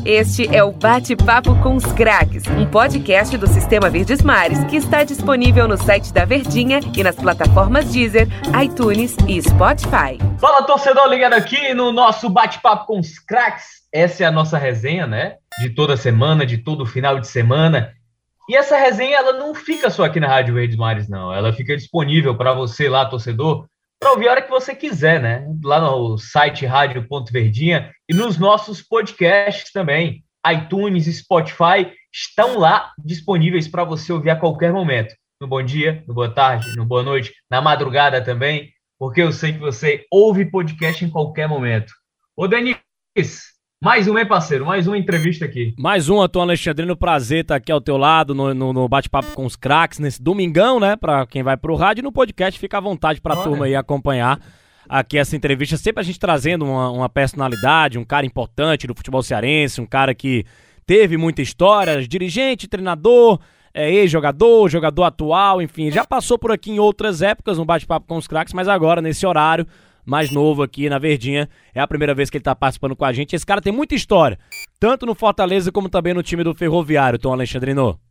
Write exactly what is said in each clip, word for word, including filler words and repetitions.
Este é o Bate-Papo com os Craques, um podcast do Sistema Verdes Mares que está disponível no site da Verdinha e nas plataformas Deezer, iTunes e Spotify. Fala, torcedor ligado aqui no nosso Bate-Papo com os Craques. Essa é a nossa resenha, né? De toda semana, de todo final de semana. E essa resenha, ela não fica só aqui na Rádio Verdes Mares, não. Ela fica disponível para você lá, torcedor, para ouvir a hora que você quiser, né? Lá no site rádio ponto verdinha e nos nossos podcasts também. iTunes e Spotify estão lá disponíveis para você ouvir a qualquer momento. No bom dia, no boa tarde, no boa noite, na madrugada também, porque eu sei que você ouve podcast em qualquer momento. Ô, Denis, mais um, hein, parceiro? Mais uma entrevista aqui. Mais um, Antônio Alexandrino. Prazer estar aqui ao teu lado no, no, no Bate-Papo com os Craques, nesse domingão, né? Pra quem vai pro rádio e no podcast, fica à vontade pra Olha. turma aí acompanhar aqui essa entrevista. Sempre a gente trazendo uma, uma personalidade, um cara importante do futebol cearense, um cara que teve muita história, dirigente, treinador, é, ex-jogador, jogador atual, enfim. Já passou por aqui em outras épocas no Bate-Papo com os Craques, mas agora, nesse horário mais novo aqui na Verdinha, é a primeira vez que ele tá participando com a gente. Esse cara tem muita história, tanto no Fortaleza como também no time do Ferroviário, Tom Alexandrino.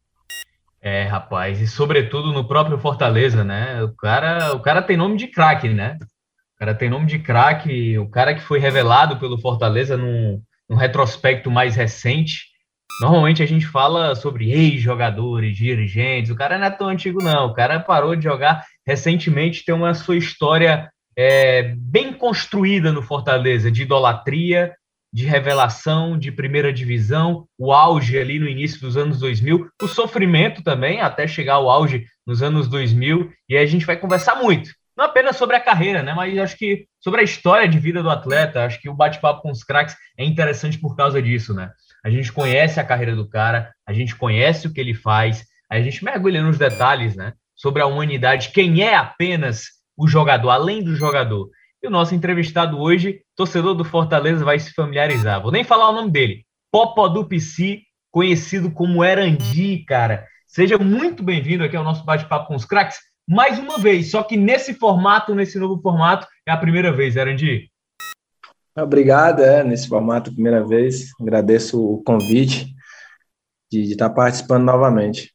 É, rapaz, e sobretudo no próprio Fortaleza, né? O cara, o cara tem nome de craque, né? O cara tem nome de craque, o cara que foi revelado pelo Fortaleza num, num retrospecto mais recente. Normalmente a gente fala sobre ex-jogadores, dirigentes, o cara não é tão antigo não, o cara parou de jogar recentemente, tem uma sua história É, bem construída no Fortaleza, de idolatria, de revelação, de primeira divisão, o auge ali no início dos anos dois mil, o sofrimento também, até chegar ao auge nos anos dois mil, e aí a gente vai conversar muito, não apenas sobre a carreira, né, mas acho que sobre a história de vida do atleta. Acho que o Bate-Papo com os Craques é interessante por causa disso, né? A gente conhece a carreira do cara, a gente conhece o que ele faz, a gente mergulha nos detalhes, né, sobre a humanidade, quem é apenas o jogador, além do jogador. E o nosso entrevistado hoje, torcedor do Fortaleza, vai se familiarizar. Vou nem falar o nome dele. Popó do Pici, conhecido como Erandi, cara. Seja muito bem-vindo aqui ao nosso Bate-Papo com os Craques, mais uma vez, só que nesse formato, nesse novo formato, é a primeira vez, Erandi. Obrigado, é, nesse formato, primeira vez. Agradeço o convite de, de estar participando novamente.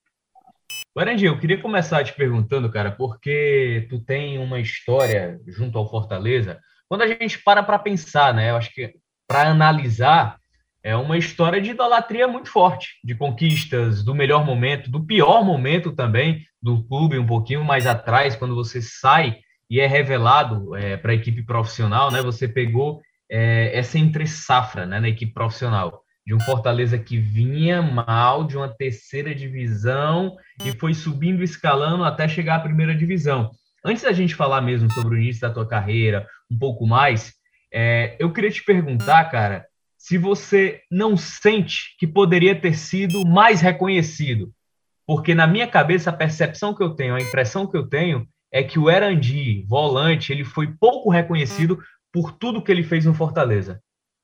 Erandi, eu queria começar te perguntando, cara, porque tu tem uma história junto ao Fortaleza. Quando a gente para para pensar, né? Eu acho que para analisar, é uma história de idolatria muito forte, de conquistas, do melhor momento, do pior momento também do clube, um pouquinho mais atrás, quando você sai e é revelado é, para a equipe profissional, né? Você pegou é, essa entre-safra, né, na equipe profissional, de um Fortaleza que vinha mal, de uma terceira divisão e foi subindo, escalando até chegar à primeira divisão. Antes da gente falar mesmo sobre o início da tua carreira, um pouco mais, é, eu queria te perguntar, cara, se você não sente que poderia ter sido mais reconhecido. Porque na minha cabeça, a percepção que eu tenho, a impressão que eu tenho, é que o Erandi, volante, ele foi pouco reconhecido por tudo que ele fez no Fortaleza.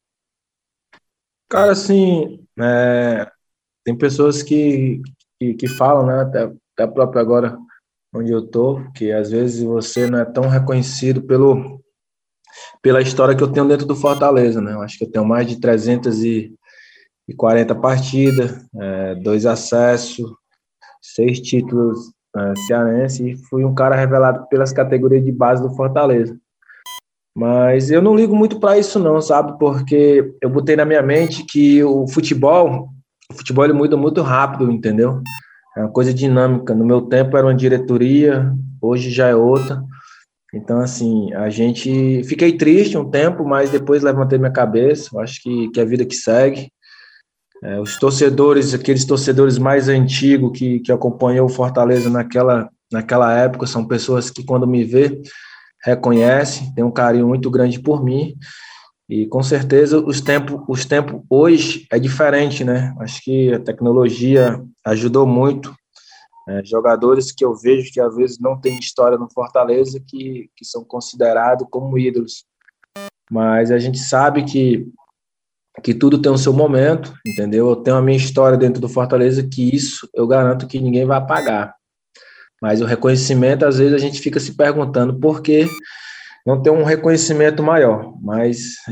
Cara, assim, é, tem pessoas que, que, que falam, né, até, até próprio agora onde eu tô, que às vezes você não é tão reconhecido pelo, pela história que eu tenho dentro do Fortaleza, né? Eu acho que eu tenho mais de trezentas e quarenta partidas, é, dois acessos, seis títulos é, cearenses, e fui um cara revelado pelas categorias de base do Fortaleza. Mas eu não ligo muito para isso não, sabe? Porque eu botei na minha mente que o futebol, o futebol ele muda muito rápido, entendeu? É uma coisa dinâmica. No meu tempo era uma diretoria, hoje já é outra. Então, assim, a gente... Fiquei triste um tempo, mas depois levantei minha cabeça. Eu acho que, que é a vida que segue. É, os torcedores, aqueles torcedores mais antigos que, que acompanhou o Fortaleza naquela, naquela época, são pessoas que quando me vê reconhece, tem um carinho muito grande por mim, e com certeza os tempos os tempos hoje é diferente, né? Acho que a tecnologia ajudou muito, é, jogadores que eu vejo que às vezes não tem história no Fortaleza, que, que são considerados como ídolos, mas a gente sabe que, que tudo tem o seu momento, entendeu? Eu tenho a minha história dentro do Fortaleza, que isso eu garanto que ninguém vai apagar. Mas o reconhecimento, às vezes, a gente fica se perguntando por que não ter um reconhecimento maior. Mas a gente,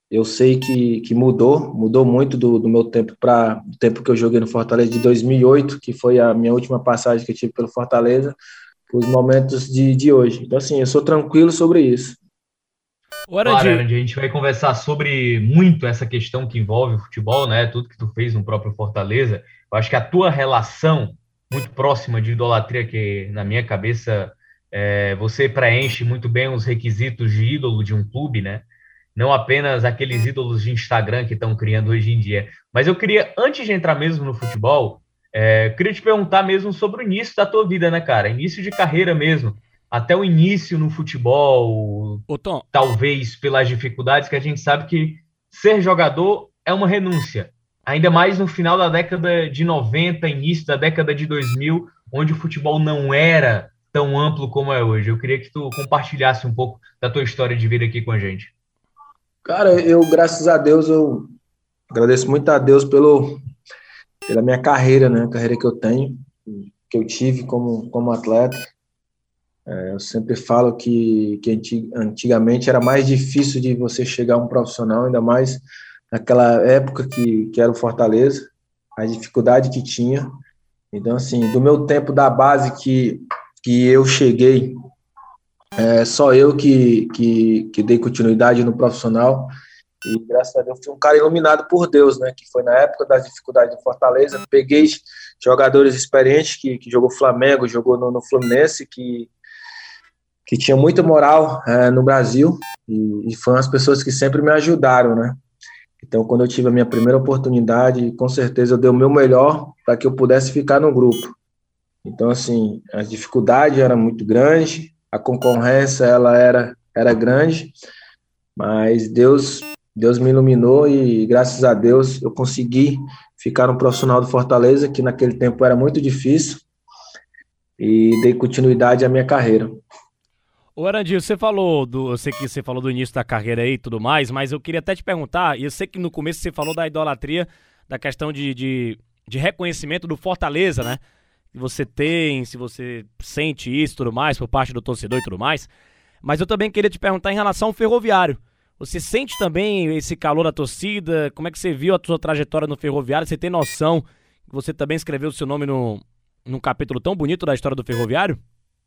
eu sei que, que mudou, mudou muito do, do meu tempo para o tempo que eu joguei no Fortaleza de dois mil e oito, que foi a minha última passagem que eu tive pelo Fortaleza, para os momentos de, de hoje. Então, assim, eu sou tranquilo sobre isso. Claro, Arandy, a gente vai conversar sobre muito essa questão que envolve o futebol, né? Tudo que tu fez no próprio Fortaleza. Eu acho que a tua relação muito próxima de idolatria, que na minha cabeça é, você preenche muito bem os requisitos de ídolo de um clube, né? Não apenas aqueles ídolos de Instagram que estão criando hoje em dia. Mas eu queria, antes de entrar mesmo no futebol, é, queria te perguntar mesmo sobre o início da tua vida, né, cara? Início de carreira mesmo. Até o início no futebol, Ô, Tom, talvez pelas dificuldades, que a gente sabe que ser jogador é uma renúncia. Ainda mais no final da década de noventa, início da década de dois mil, onde o futebol não era tão amplo como é hoje. Eu queria que tu compartilhasse um pouco da tua história de vida aqui com a gente. Cara, eu, graças a Deus, eu agradeço muito a Deus pelo, pela minha carreira, né? A carreira que eu tenho, que eu tive como, como atleta. É, eu sempre falo que, que antigamente era mais difícil de você chegar a um profissional, ainda mais naquela época que, que era o Fortaleza, a dificuldade que tinha. Então, assim, do meu tempo da base que, que eu cheguei, é só eu que, que, que dei continuidade no profissional. E graças a Deus fui um cara iluminado por Deus, né? Que foi na época das dificuldades do Fortaleza. Peguei jogadores experientes que, que jogou Flamengo, jogou no, no Fluminense, que, que tinha muita moral é, no Brasil. E, e foram as pessoas que sempre me ajudaram, né? Então, quando eu tive a minha primeira oportunidade, com certeza eu dei o meu melhor para que eu pudesse ficar no grupo. Então, assim, a dificuldade era muito grande, a concorrência ela era, era grande, mas Deus, Deus me iluminou e, graças a Deus, eu consegui ficar no profissional do Fortaleza, que naquele tempo era muito difícil, e dei continuidade à minha carreira. Ô, Arandil, você falou do. Eu sei que você falou do início da carreira aí e tudo mais, mas eu queria até te perguntar, e eu sei que no começo você falou da idolatria, da questão de, de, de reconhecimento do Fortaleza, né? Que você tem, se você sente isso e tudo mais, por parte do torcedor e tudo mais. Mas eu também queria te perguntar em relação ao Ferroviário. Você sente também esse calor da torcida? Como é que você viu a sua trajetória no Ferroviário? Você tem noção que você também escreveu o seu nome no, num capítulo tão bonito da história do Ferroviário?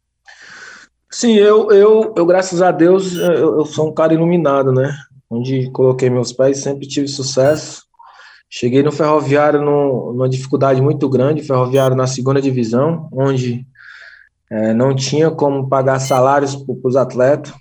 Sim, eu, eu, eu graças a Deus, eu, eu sou um cara iluminado, né? Onde coloquei meus pés, sempre tive sucesso. Cheguei no Ferroviário no, numa dificuldade muito grande, Ferroviário na segunda divisão, onde é, não tinha como pagar salários para os atletas.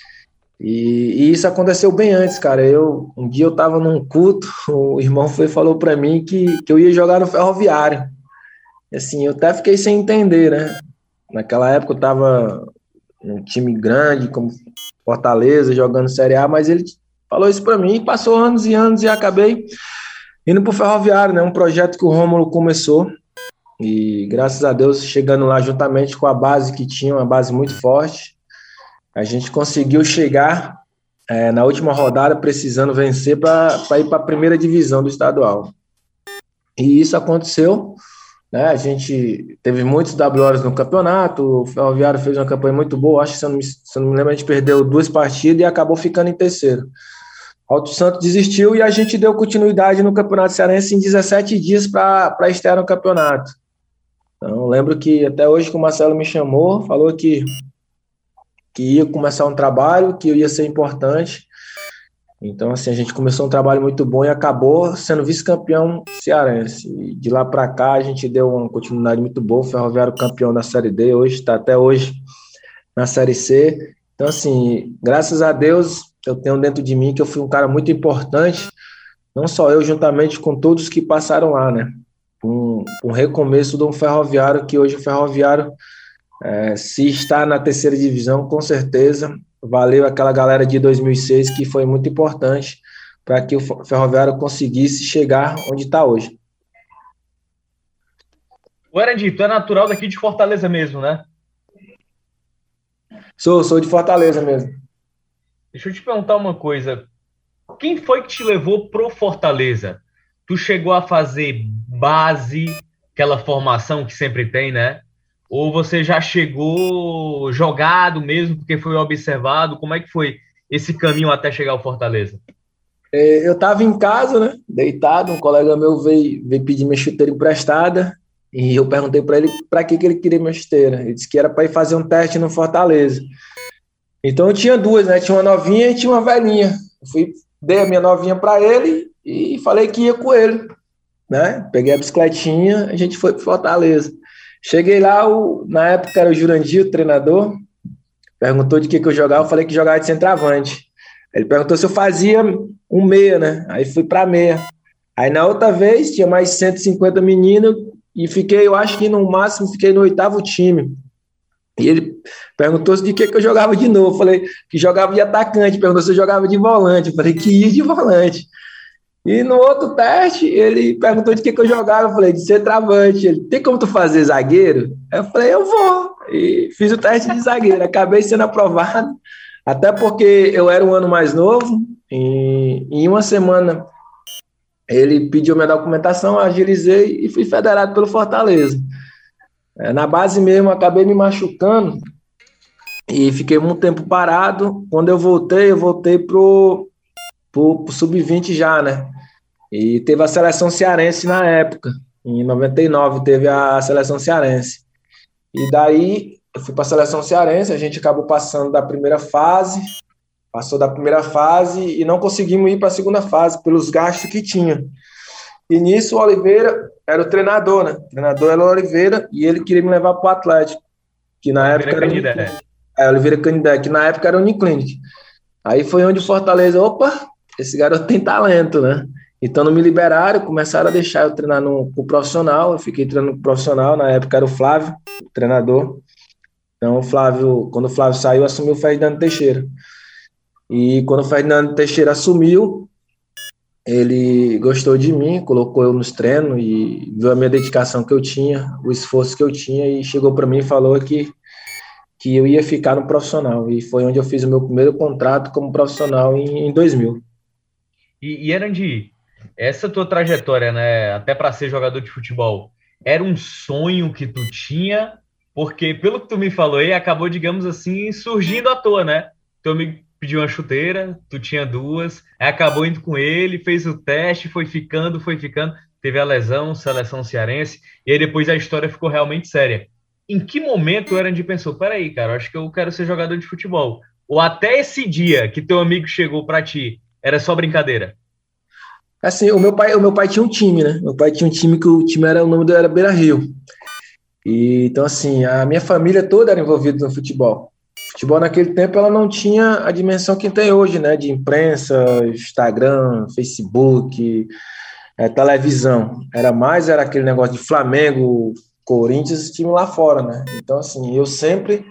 E, e isso aconteceu bem antes, cara. Eu, um dia eu estava num culto, o irmão foi e falou para mim que, que eu ia jogar no Ferroviário. E assim, eu até fiquei sem entender, né? Naquela época eu estava um time grande como Fortaleza, jogando Série A, mas ele falou isso para mim, passou anos e anos e acabei indo para o Ferroviário, né? Um projeto que o Rômulo começou e graças a Deus chegando lá juntamente com a base que tinha, uma base muito forte, a gente conseguiu chegar é, na última rodada precisando vencer para ir para a primeira divisão do estadual. E isso aconteceu. Né, a gente teve muitos W Os no campeonato, o Ferroviário fez uma campanha muito boa, acho que, se eu não me, se eu não me lembro, a gente perdeu duas partidas e acabou ficando em terceiro. Alto Santo desistiu e a gente deu continuidade no Campeonato Cearense em dezessete dias para estrear no campeonato. Então, lembro que até hoje que o Marcelo me chamou, falou que, que ia começar um trabalho, que ia ser importante. Então, assim, a gente começou um trabalho muito bom e acabou sendo vice-campeão cearense. E de lá para cá, a gente deu uma continuidade muito boa. O Ferroviário campeão da Série D, hoje está até hoje na Série C. Então, assim, graças a Deus, eu tenho dentro de mim que eu fui um cara muito importante, não só eu, juntamente com todos que passaram lá, né? Um, um recomeço de um Ferroviário, que hoje o Ferroviário, é, se está na terceira divisão, com certeza valeu aquela galera de dois mil e seis que foi muito importante para que o Ferroviário conseguisse chegar onde está hoje. O Arandy, tu é natural daqui de Fortaleza mesmo, né? Sou, sou de Fortaleza mesmo. Deixa eu te perguntar uma coisa. Quem foi que te levou pro Fortaleza? Tu chegou a fazer base, aquela formação que sempre tem, né? Ou você já chegou jogado mesmo, porque foi observado? Como é que foi esse caminho até chegar ao Fortaleza? É, eu tava em casa, né, deitado, um colega meu veio, veio pedir minha chuteira emprestada, e eu perguntei para ele para que, que ele queria minha chuteira. Ele disse que era para ir fazer um teste no Fortaleza. Então eu tinha duas, né, tinha uma novinha e tinha uma velhinha. Eu fui, dei a minha novinha para ele e falei que ia com ele, né, peguei a bicicletinha, a gente foi para Fortaleza. Cheguei lá, o, na época era o Jurandir, o treinador, perguntou de que, que eu jogava, eu falei que jogava de centroavante. Ele perguntou se eu fazia um meia, né? Aí fui para meia. Aí na outra vez tinha mais cento e cinquenta meninos e fiquei, eu acho que no máximo fiquei no oitavo time. E ele perguntou de que, que eu jogava de novo. Eu falei que jogava de atacante, perguntou se eu jogava de volante. Eu falei que ia de volante. E no outro teste, ele perguntou de que, que eu jogava. Eu falei, de centroavante. Ele, tem como tu fazer zagueiro? Eu falei, eu vou. E fiz o teste de zagueiro. Acabei sendo aprovado. Até porque eu era um ano mais novo, e em uma semana ele pediu minha documentação, agilizei e fui federado pelo Fortaleza. Na base mesmo, acabei me machucando e fiquei muito tempo parado. Quando eu voltei, eu voltei pro, pro, pro sub vinte já, né? E teve a seleção cearense na época, em noventa e nove teve a seleção cearense. E daí eu fui para a seleção cearense, a gente acabou passando da primeira fase, passou da primeira fase e não conseguimos ir para a segunda fase, pelos gastos que tinha. E nisso o Oliveira era o treinador, né? O treinador era o Oliveira e ele queria me levar para o Atlético, que na Oliveira época Canidé. Era Uniclinic. É, Oliveira Canidé, que na época era Uniclinic. Aí foi onde o Fortaleza, opa, esse garoto tem talento, né? Então não me liberaram, começaram a deixar eu treinar no, no profissional, eu fiquei treinando no profissional, na época era o Flávio, o treinador. Então, o Flávio, quando o Flávio saiu, assumiu o Ferdinando Teixeira. E quando o Ferdinando Teixeira assumiu, ele gostou de mim, colocou eu nos treinos e viu a minha dedicação que eu tinha, o esforço que eu tinha e chegou para mim e falou que, que eu ia ficar no profissional. E foi onde eu fiz o meu primeiro contrato como profissional em, em dois mil. E, e Erandi, essa tua trajetória, né, até para ser jogador de futebol, era um sonho que tu tinha? Porque, pelo que tu me falou aí, acabou, digamos assim, surgindo à toa, né? Tu me pediu uma chuteira, tu tinha duas, aí acabou indo com ele, fez o teste, foi ficando, foi ficando, teve a lesão, seleção cearense, e aí depois a história ficou realmente séria. Em que momento o Erandi pensou, peraí, cara, acho que eu quero ser jogador de futebol? Ou até esse dia que teu amigo chegou pra ti, era só brincadeira? Assim, o meu pai, o meu pai tinha um time, né? Meu pai tinha um time que o time era, o nome dele era Beira Rio. E, então, assim, a minha família toda era envolvida no futebol. Futebol naquele tempo ela não tinha a dimensão que tem hoje, né? De imprensa, Instagram, Facebook, é, televisão. Era mais, era aquele negócio de Flamengo, Corinthians, time lá fora, né? Então, assim, eu sempre,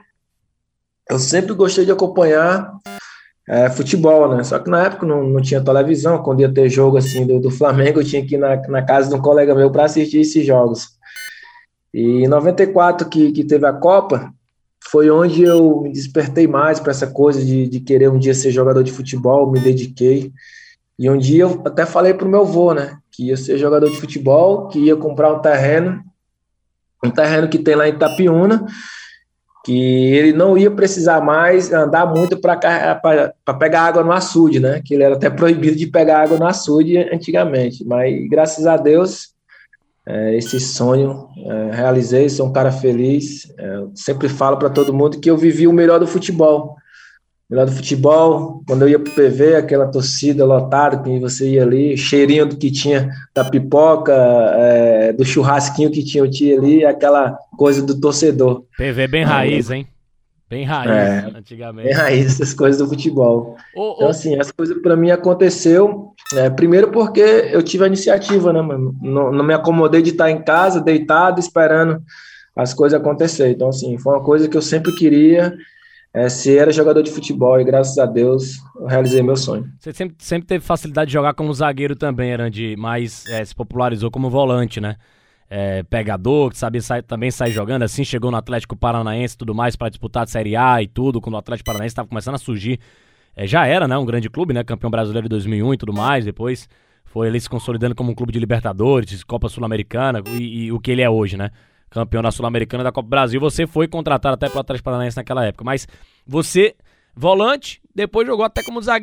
eu sempre gostei de acompanhar é, futebol, né? Só que na época não, não tinha televisão. Quando ia ter jogo, assim, do, do Flamengo, eu tinha que ir na, na casa de um colega meu para assistir esses jogos. E em noventa e quatro, que, que teve a Copa, foi onde eu me despertei mais para essa coisa de, de querer um dia ser jogador de futebol, me dediquei. E um dia eu até falei para o meu avô, né, que ia ser jogador de futebol, que ia comprar um terreno, um terreno que tem lá em Itapiúna, que ele não ia precisar mais andar muito para pegar água no açude, né, que ele era até proibido de pegar água no açude antigamente. Mas, graças a Deus, É, esse sonho é, realizei, sou um cara feliz. É, sempre falo para todo mundo que eu vivi o melhor do futebol. O melhor do futebol, quando eu ia para o P V, aquela torcida lotada, que você ia ali, cheirinho do que tinha da pipoca, é, do churrasquinho que tinha o tio ali, aquela coisa do torcedor. P V bem raiz, hein? Bem raiz, é, antigamente. Bem raiz, essas coisas do futebol. Oh, então, oh. assim, essa coisa para mim aconteceu, é, primeiro porque eu tive a iniciativa, né, mano? Não, não me acomodei de estar em casa, deitado, esperando as coisas acontecerem. Então, assim, foi uma coisa que eu sempre queria, é, ser era jogador de futebol, e graças a Deus eu realizei meu sonho. Você sempre, sempre teve facilidade de jogar como zagueiro também, Erandi, mas é, se popularizou como volante, né? É, pegador, que sabia sair, também sair jogando, assim, chegou no Atlético Paranaense e tudo mais para disputar a Série A e tudo, quando o Atlético Paranaense estava começando a surgir, é, já era, né, um grande clube, né, campeão brasileiro de dois mil e um e tudo mais, depois foi ele se consolidando como um clube de Libertadores, Copa Sul-Americana e, e o que ele é hoje, né, campeão da Sul-Americana e da Copa Brasil. Você foi contratado até pelo Atlético Paranaense naquela época, mas você, volante, depois jogou até como zagueiro.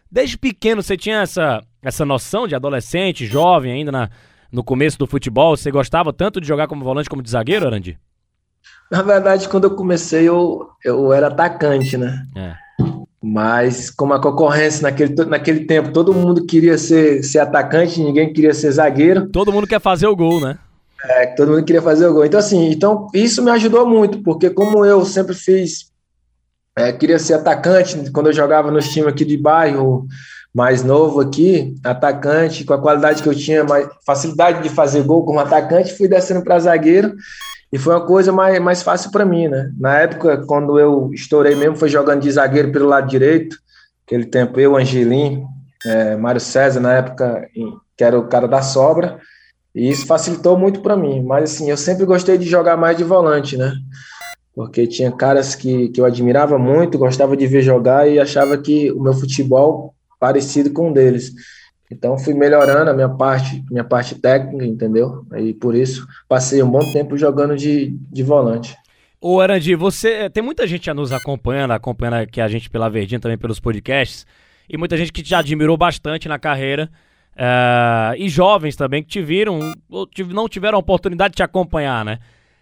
Desde pequeno você tinha essa, essa noção de adolescente, jovem ainda na, no começo do futebol? Você gostava tanto de jogar como volante como de zagueiro, Arandi? Na verdade, quando eu comecei, eu, eu era atacante, né? É. Mas como a concorrência naquele, naquele tempo, todo mundo queria ser, ser atacante, ninguém queria ser zagueiro. Todo mundo quer fazer o gol, né? É, todo mundo queria fazer o gol. Então, assim, então, isso me ajudou muito, porque como eu sempre fiz, é, queria ser atacante, quando eu jogava nos times aqui de bairro, mais novo aqui, atacante, com a qualidade que eu tinha, mais facilidade de fazer gol como atacante, fui descendo para zagueiro, e foi uma coisa mais, mais fácil para mim, né? Na época, quando eu estourei mesmo, foi jogando de zagueiro pelo lado direito, aquele tempo eu, Angelim, é, Mário César, na época, que era o cara da sobra, e isso facilitou muito para mim, mas assim, eu sempre gostei de jogar mais de volante, né? Porque tinha caras que, que eu admirava muito, gostava de ver jogar e achava que o meu futebol parecido com um deles. Então fui melhorando a minha parte, minha parte técnica, entendeu? E por isso passei um bom tempo jogando de, de volante. Ô Arandi, você tem muita gente nos acompanhando, acompanhando aqui a gente pela Verdinha, também pelos podcasts, e muita gente que te admirou bastante na carreira, uh, e jovens também que te viram, ou não tiveram a oportunidade de te acompanhar, né?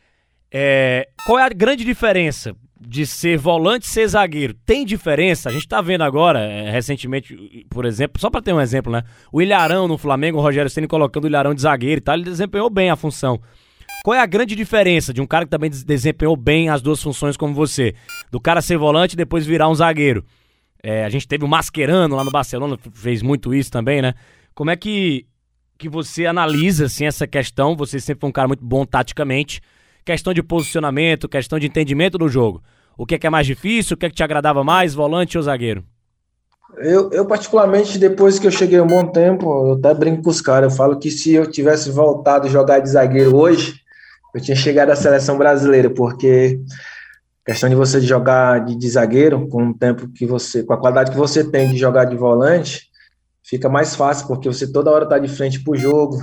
É, qual é a grande diferença de ser volante e ser zagueiro? Tem diferença? A gente tá vendo agora, é, recentemente, por exemplo, só para ter um exemplo, né? O Ilharão no Flamengo, o Rogério Ceni colocando o Ilharão de zagueiro e tal, ele desempenhou bem a função. Qual é a grande diferença de um cara que também desempenhou bem as duas funções como você? Do cara ser volante e depois virar um zagueiro. É, a gente teve o Mascherano lá no Barcelona, fez muito isso também, né? Como é que, que você analisa assim, essa questão? Você sempre foi um cara muito bom taticamente. Questão de posicionamento, questão de entendimento do jogo. O que é, que é mais difícil? O que é que te agradava mais, volante ou zagueiro? Eu, eu, particularmente, depois que eu cheguei um bom tempo, eu até brinco com os caras, eu falo que se eu tivesse voltado a jogar de zagueiro hoje, eu tinha chegado à seleção brasileira, porque a questão de você jogar de, de zagueiro, com o tempo que você, com a qualidade que você tem de jogar de volante, fica mais fácil, porque você toda hora está de frente para o jogo.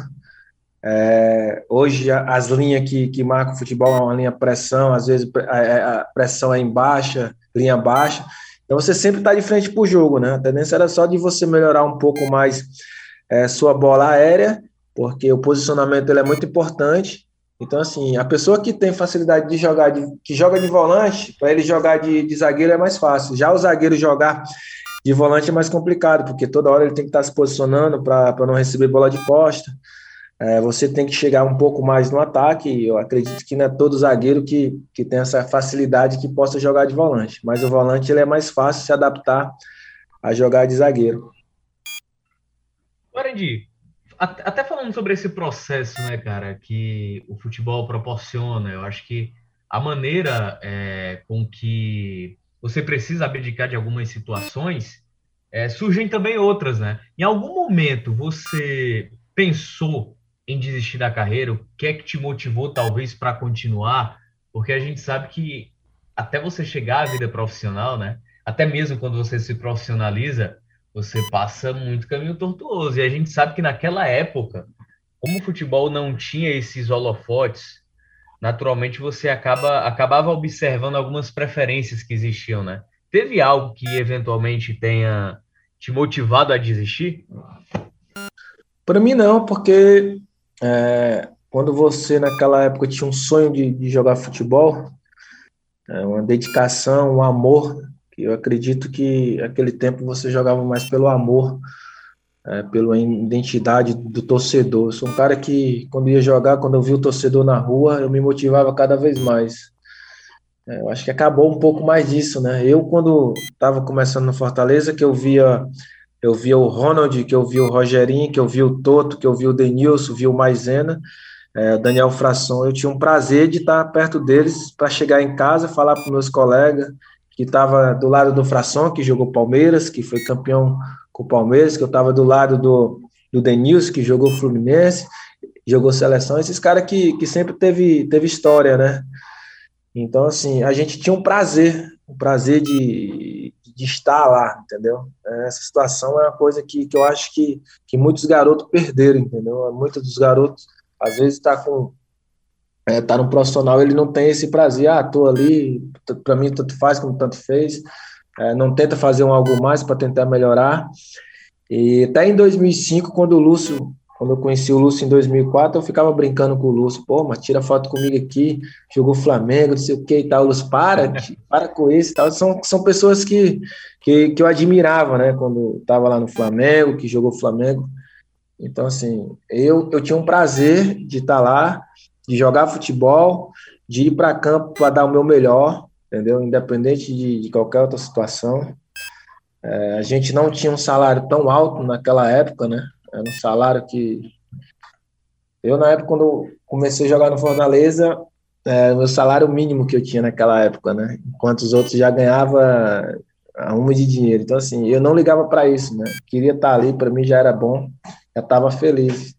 É, hoje as linhas que, que marcam o futebol é uma linha pressão, às vezes a, a pressão é em baixa, linha baixa, então você sempre está de frente para o jogo, né? A tendência era só de você melhorar um pouco mais é, sua bola aérea, porque o posicionamento ele é muito importante. Então assim, a pessoa que tem facilidade de jogar, de, que joga de volante, para ele jogar de, de zagueiro é mais fácil, já o zagueiro jogar de volante é mais complicado, porque toda hora ele tem que estar se posicionando para não receber bola de costa. É, você tem que chegar um pouco mais no ataque, e eu acredito que não é todo zagueiro que, que tem essa facilidade que possa jogar de volante, mas o volante ele é mais fácil se adaptar a jogar de zagueiro. Arandi, até falando sobre esse processo, né, cara, que o futebol proporciona, eu acho que a maneira é, com que você precisa abdicar de algumas situações, é, surgem também outras, né? Em algum momento você pensou em desistir da carreira? O que é que te motivou talvez para continuar? Porque a gente sabe que até você chegar à vida profissional, né? Até mesmo quando você se profissionaliza, você passa muito caminho tortuoso. E a gente sabe que naquela época, como o futebol não tinha esses holofotes, naturalmente você acaba, acabava observando algumas preferências que existiam, né? Teve algo que eventualmente tenha te motivado a desistir? Para mim não, porque É, quando você naquela época tinha um sonho de, de jogar futebol, é, uma dedicação, um amor, que eu acredito que naquele tempo você jogava mais pelo amor, é, pela identidade do torcedor. Eu sou um cara que, quando ia jogar, quando eu via o torcedor na rua, eu me motivava cada vez mais. É, eu acho que acabou um pouco mais disso, né? Eu, quando estava começando no Fortaleza, que eu via... Eu via o Ronald, que eu via o Rogerinho, que eu via o Toto, que eu via o Denilson, via o Maisena, é, o Daniel Frasson. Eu tinha um prazer de estar perto deles para chegar em casa, falar para os meus colegas que estava do lado do Frasson, que jogou Palmeiras, que foi campeão com o Palmeiras, que eu estava do lado do, do Denilson, que jogou Fluminense, jogou seleção. Esses caras que, que sempre teve, teve história, né? Então, assim, a gente tinha um prazer, um prazer de... de estar lá, entendeu? Essa situação é uma coisa que, que eu acho que, que muitos garotos perderam, entendeu? Muitos dos garotos, às vezes, tá com é, tá no profissional, ele não tem esse prazer, ah, tô ali, para mim tanto faz como tanto fez, é, não tenta fazer um algo mais para tentar melhorar. E até em dois mil e cinco, quando o Lúcio, quando eu conheci o Lúcio em dois mil e quatro, eu ficava brincando com o Lúcio, pô, mas tira foto comigo aqui, jogou Flamengo, não sei o que e tal. O Lúcio, para, para com isso e tal. São, são pessoas que, que, que eu admirava, né, quando estava lá no Flamengo, que jogou Flamengo. Então, assim, eu, eu tinha um prazer de estar lá, de jogar futebol, de ir para campo para dar o meu melhor, entendeu? Independente de, de qualquer outra situação. É, a gente não tinha um salário tão alto naquela época, né? Era um salário que... Eu, na época, quando eu comecei a jogar no Fortaleza, é, o meu salário mínimo que eu tinha naquela época, né? Enquanto os outros já ganhavam a uma de dinheiro. Então, assim, eu não ligava para isso, né? Queria estar ali, para mim já era bom, já estava feliz.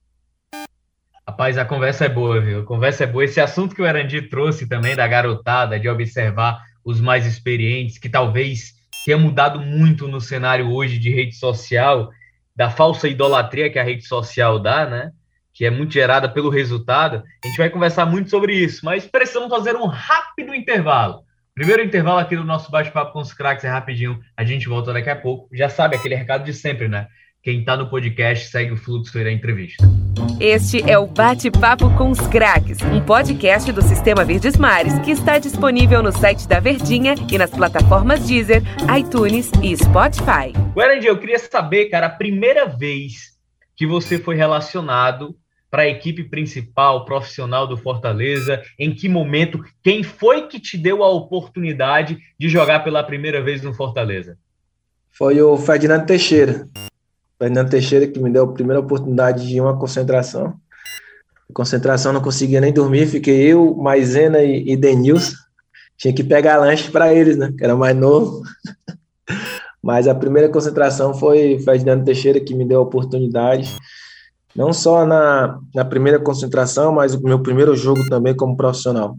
Rapaz, a conversa é boa, viu? A conversa é boa. Esse assunto que o Erandi trouxe também da garotada, de observar os mais experientes, que talvez tenha mudado muito no cenário hoje de rede social, da falsa idolatria que a rede social dá, né? Que é muito gerada pelo resultado. A gente vai conversar muito sobre isso, mas precisamos fazer um rápido intervalo. Primeiro intervalo aqui do nosso bate-papo com os craques é rapidinho. A gente volta daqui a pouco. Já sabe aquele recado de sempre, né? Quem tá no podcast segue o fluxo da entrevista. Este é o Bate-Papo com os Craques, um podcast do Sistema Verdes Mares que está disponível no site da Verdinha e nas plataformas Deezer, iTunes e Spotify. Erandi, eu queria saber, cara, a primeira vez que você foi relacionado para a equipe principal, profissional do Fortaleza, em que momento, quem foi que te deu a oportunidade de jogar pela primeira vez no Fortaleza? Foi o Ferdinando Teixeira. Fernando Teixeira, que me deu a primeira oportunidade de uma concentração. Concentração, não conseguia nem dormir, fiquei eu, Maisena e, e Denilson. Tinha que pegar lanche para eles, né? Que era mais novo. Mas a primeira concentração foi Ferdinando Teixeira, que me deu a oportunidade. Não só na, na primeira concentração, mas o meu primeiro jogo também como profissional.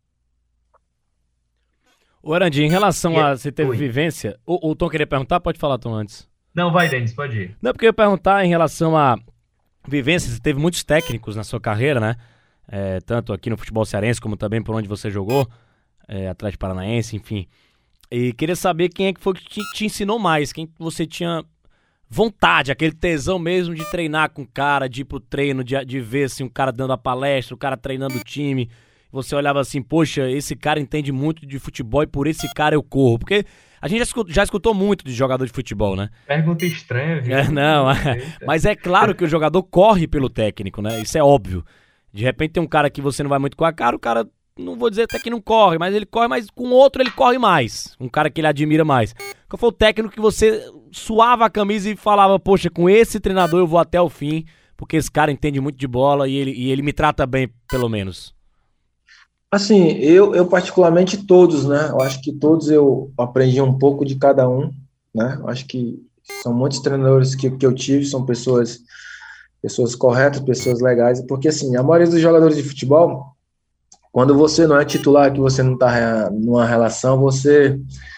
O Erandi, em relação a você teve Oi. vivência, o, o Tom queria perguntar, pode falar, Tom, antes. Não, vai, Denis, pode ir. Não, porque eu ia perguntar em relação a vivência, você teve muitos técnicos na sua carreira, né? É, tanto aqui no futebol cearense, como também por onde você jogou, é, Atlético Paranaense, enfim. E queria saber quem é que foi que te, te ensinou mais, quem você tinha vontade, aquele tesão mesmo de treinar com o cara, de ir pro treino, de, de ver assim, um cara dando a palestra, o cara treinando o time. Você olhava assim, poxa, esse cara entende muito de futebol e por esse cara eu corro. Porque a gente já escutou, já escutou muito de jogador de futebol, né? Pergunta estranha, viu? É, não, é, mas é claro que o jogador corre pelo técnico, né? Isso é óbvio. De repente tem um cara que você não vai muito com a cara, o cara, não vou dizer até que não corre, mas ele corre, mas com outro ele corre mais. Um cara que ele admira mais. Qual foi o técnico que você suava a camisa e falava, poxa, com esse treinador eu vou até o fim, porque esse cara entende muito de bola e ele, e ele me trata bem, pelo menos? Assim, eu, eu particularmente todos, né? Eu acho que todos eu aprendi um pouco de cada um, né? Eu acho que são muitos treinadores que, que eu tive, são pessoas, pessoas corretas, pessoas legais, porque assim, a maioria dos jogadores de futebol, quando você não é titular, que você não está numa relação, você,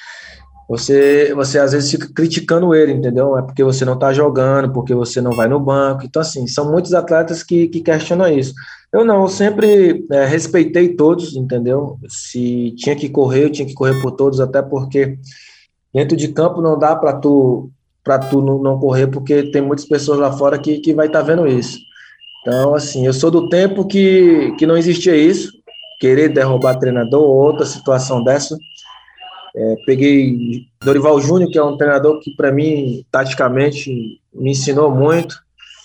você, você às vezes fica criticando ele, entendeu? É porque você não está jogando, porque você não vai no banco. Então, assim, são muitos atletas que, que questionam isso. Eu não, eu sempre é, respeitei todos, entendeu? Se tinha que correr, eu tinha que correr por todos, até porque dentro de campo não dá para tu, para tu não, não correr, porque tem muitas pessoas lá fora que, que vai estar tá vendo isso. Então, assim, eu sou do tempo que, que não existia isso, querer derrubar treinador ou outra situação dessa. É, peguei Dorival Júnior, que é um treinador que, para mim, taticamente, me ensinou muito.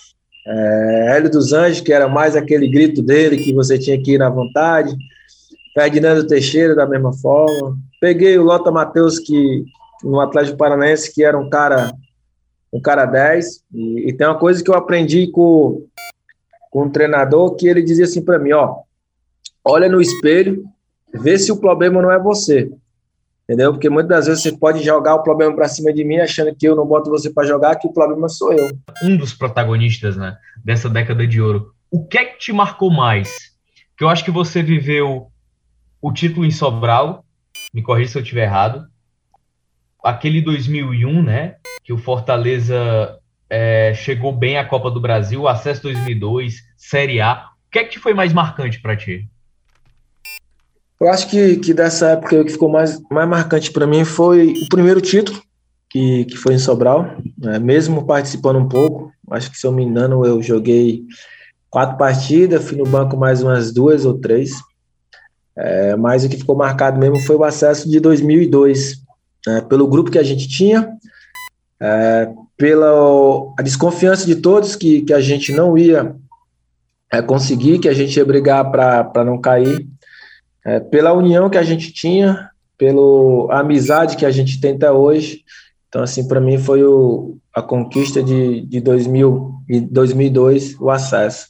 É, Hélio dos Anjos, que era mais aquele grito dele, que você tinha que ir na vontade. Ferdinando Teixeira, da mesma forma. Peguei o Lota Matheus, que, no Atlético Paranaense, que era um cara, um cara dez. E, e tem uma coisa que eu aprendi com, com um treinador, que ele dizia assim para mim, ó, olha no espelho, vê se o problema não é você. Entendeu? Porque muitas das vezes você pode jogar o problema para cima de mim achando que eu não boto você para jogar, que o problema sou eu. Um dos protagonistas, né, dessa década de ouro. O que é que te marcou mais? Que eu acho que você viveu o título em Sobral, me corrija se eu estiver errado, aquele dois mil e um, né, que o Fortaleza é, chegou bem à Copa do Brasil, acesso dois mil e dois, Série A. O que é que te foi mais marcante para ti? Eu acho que, que dessa época o que ficou mais, mais marcante para mim foi o primeiro título, que, que foi em Sobral, né? Mesmo participando um pouco, acho que se eu me engano eu joguei quatro partidas, fui no banco mais umas duas ou três, é, mas o que ficou marcado mesmo foi o acesso de dois mil e dois, né? Pelo grupo que a gente tinha, é, pela a desconfiança de todos que, que a gente não ia é, conseguir, que a gente ia brigar para não cair, é, pela união que a gente tinha, pela amizade que a gente tem até hoje. Então, assim, para mim foi o, a conquista de, de dois mil, dois mil e dois, o acesso.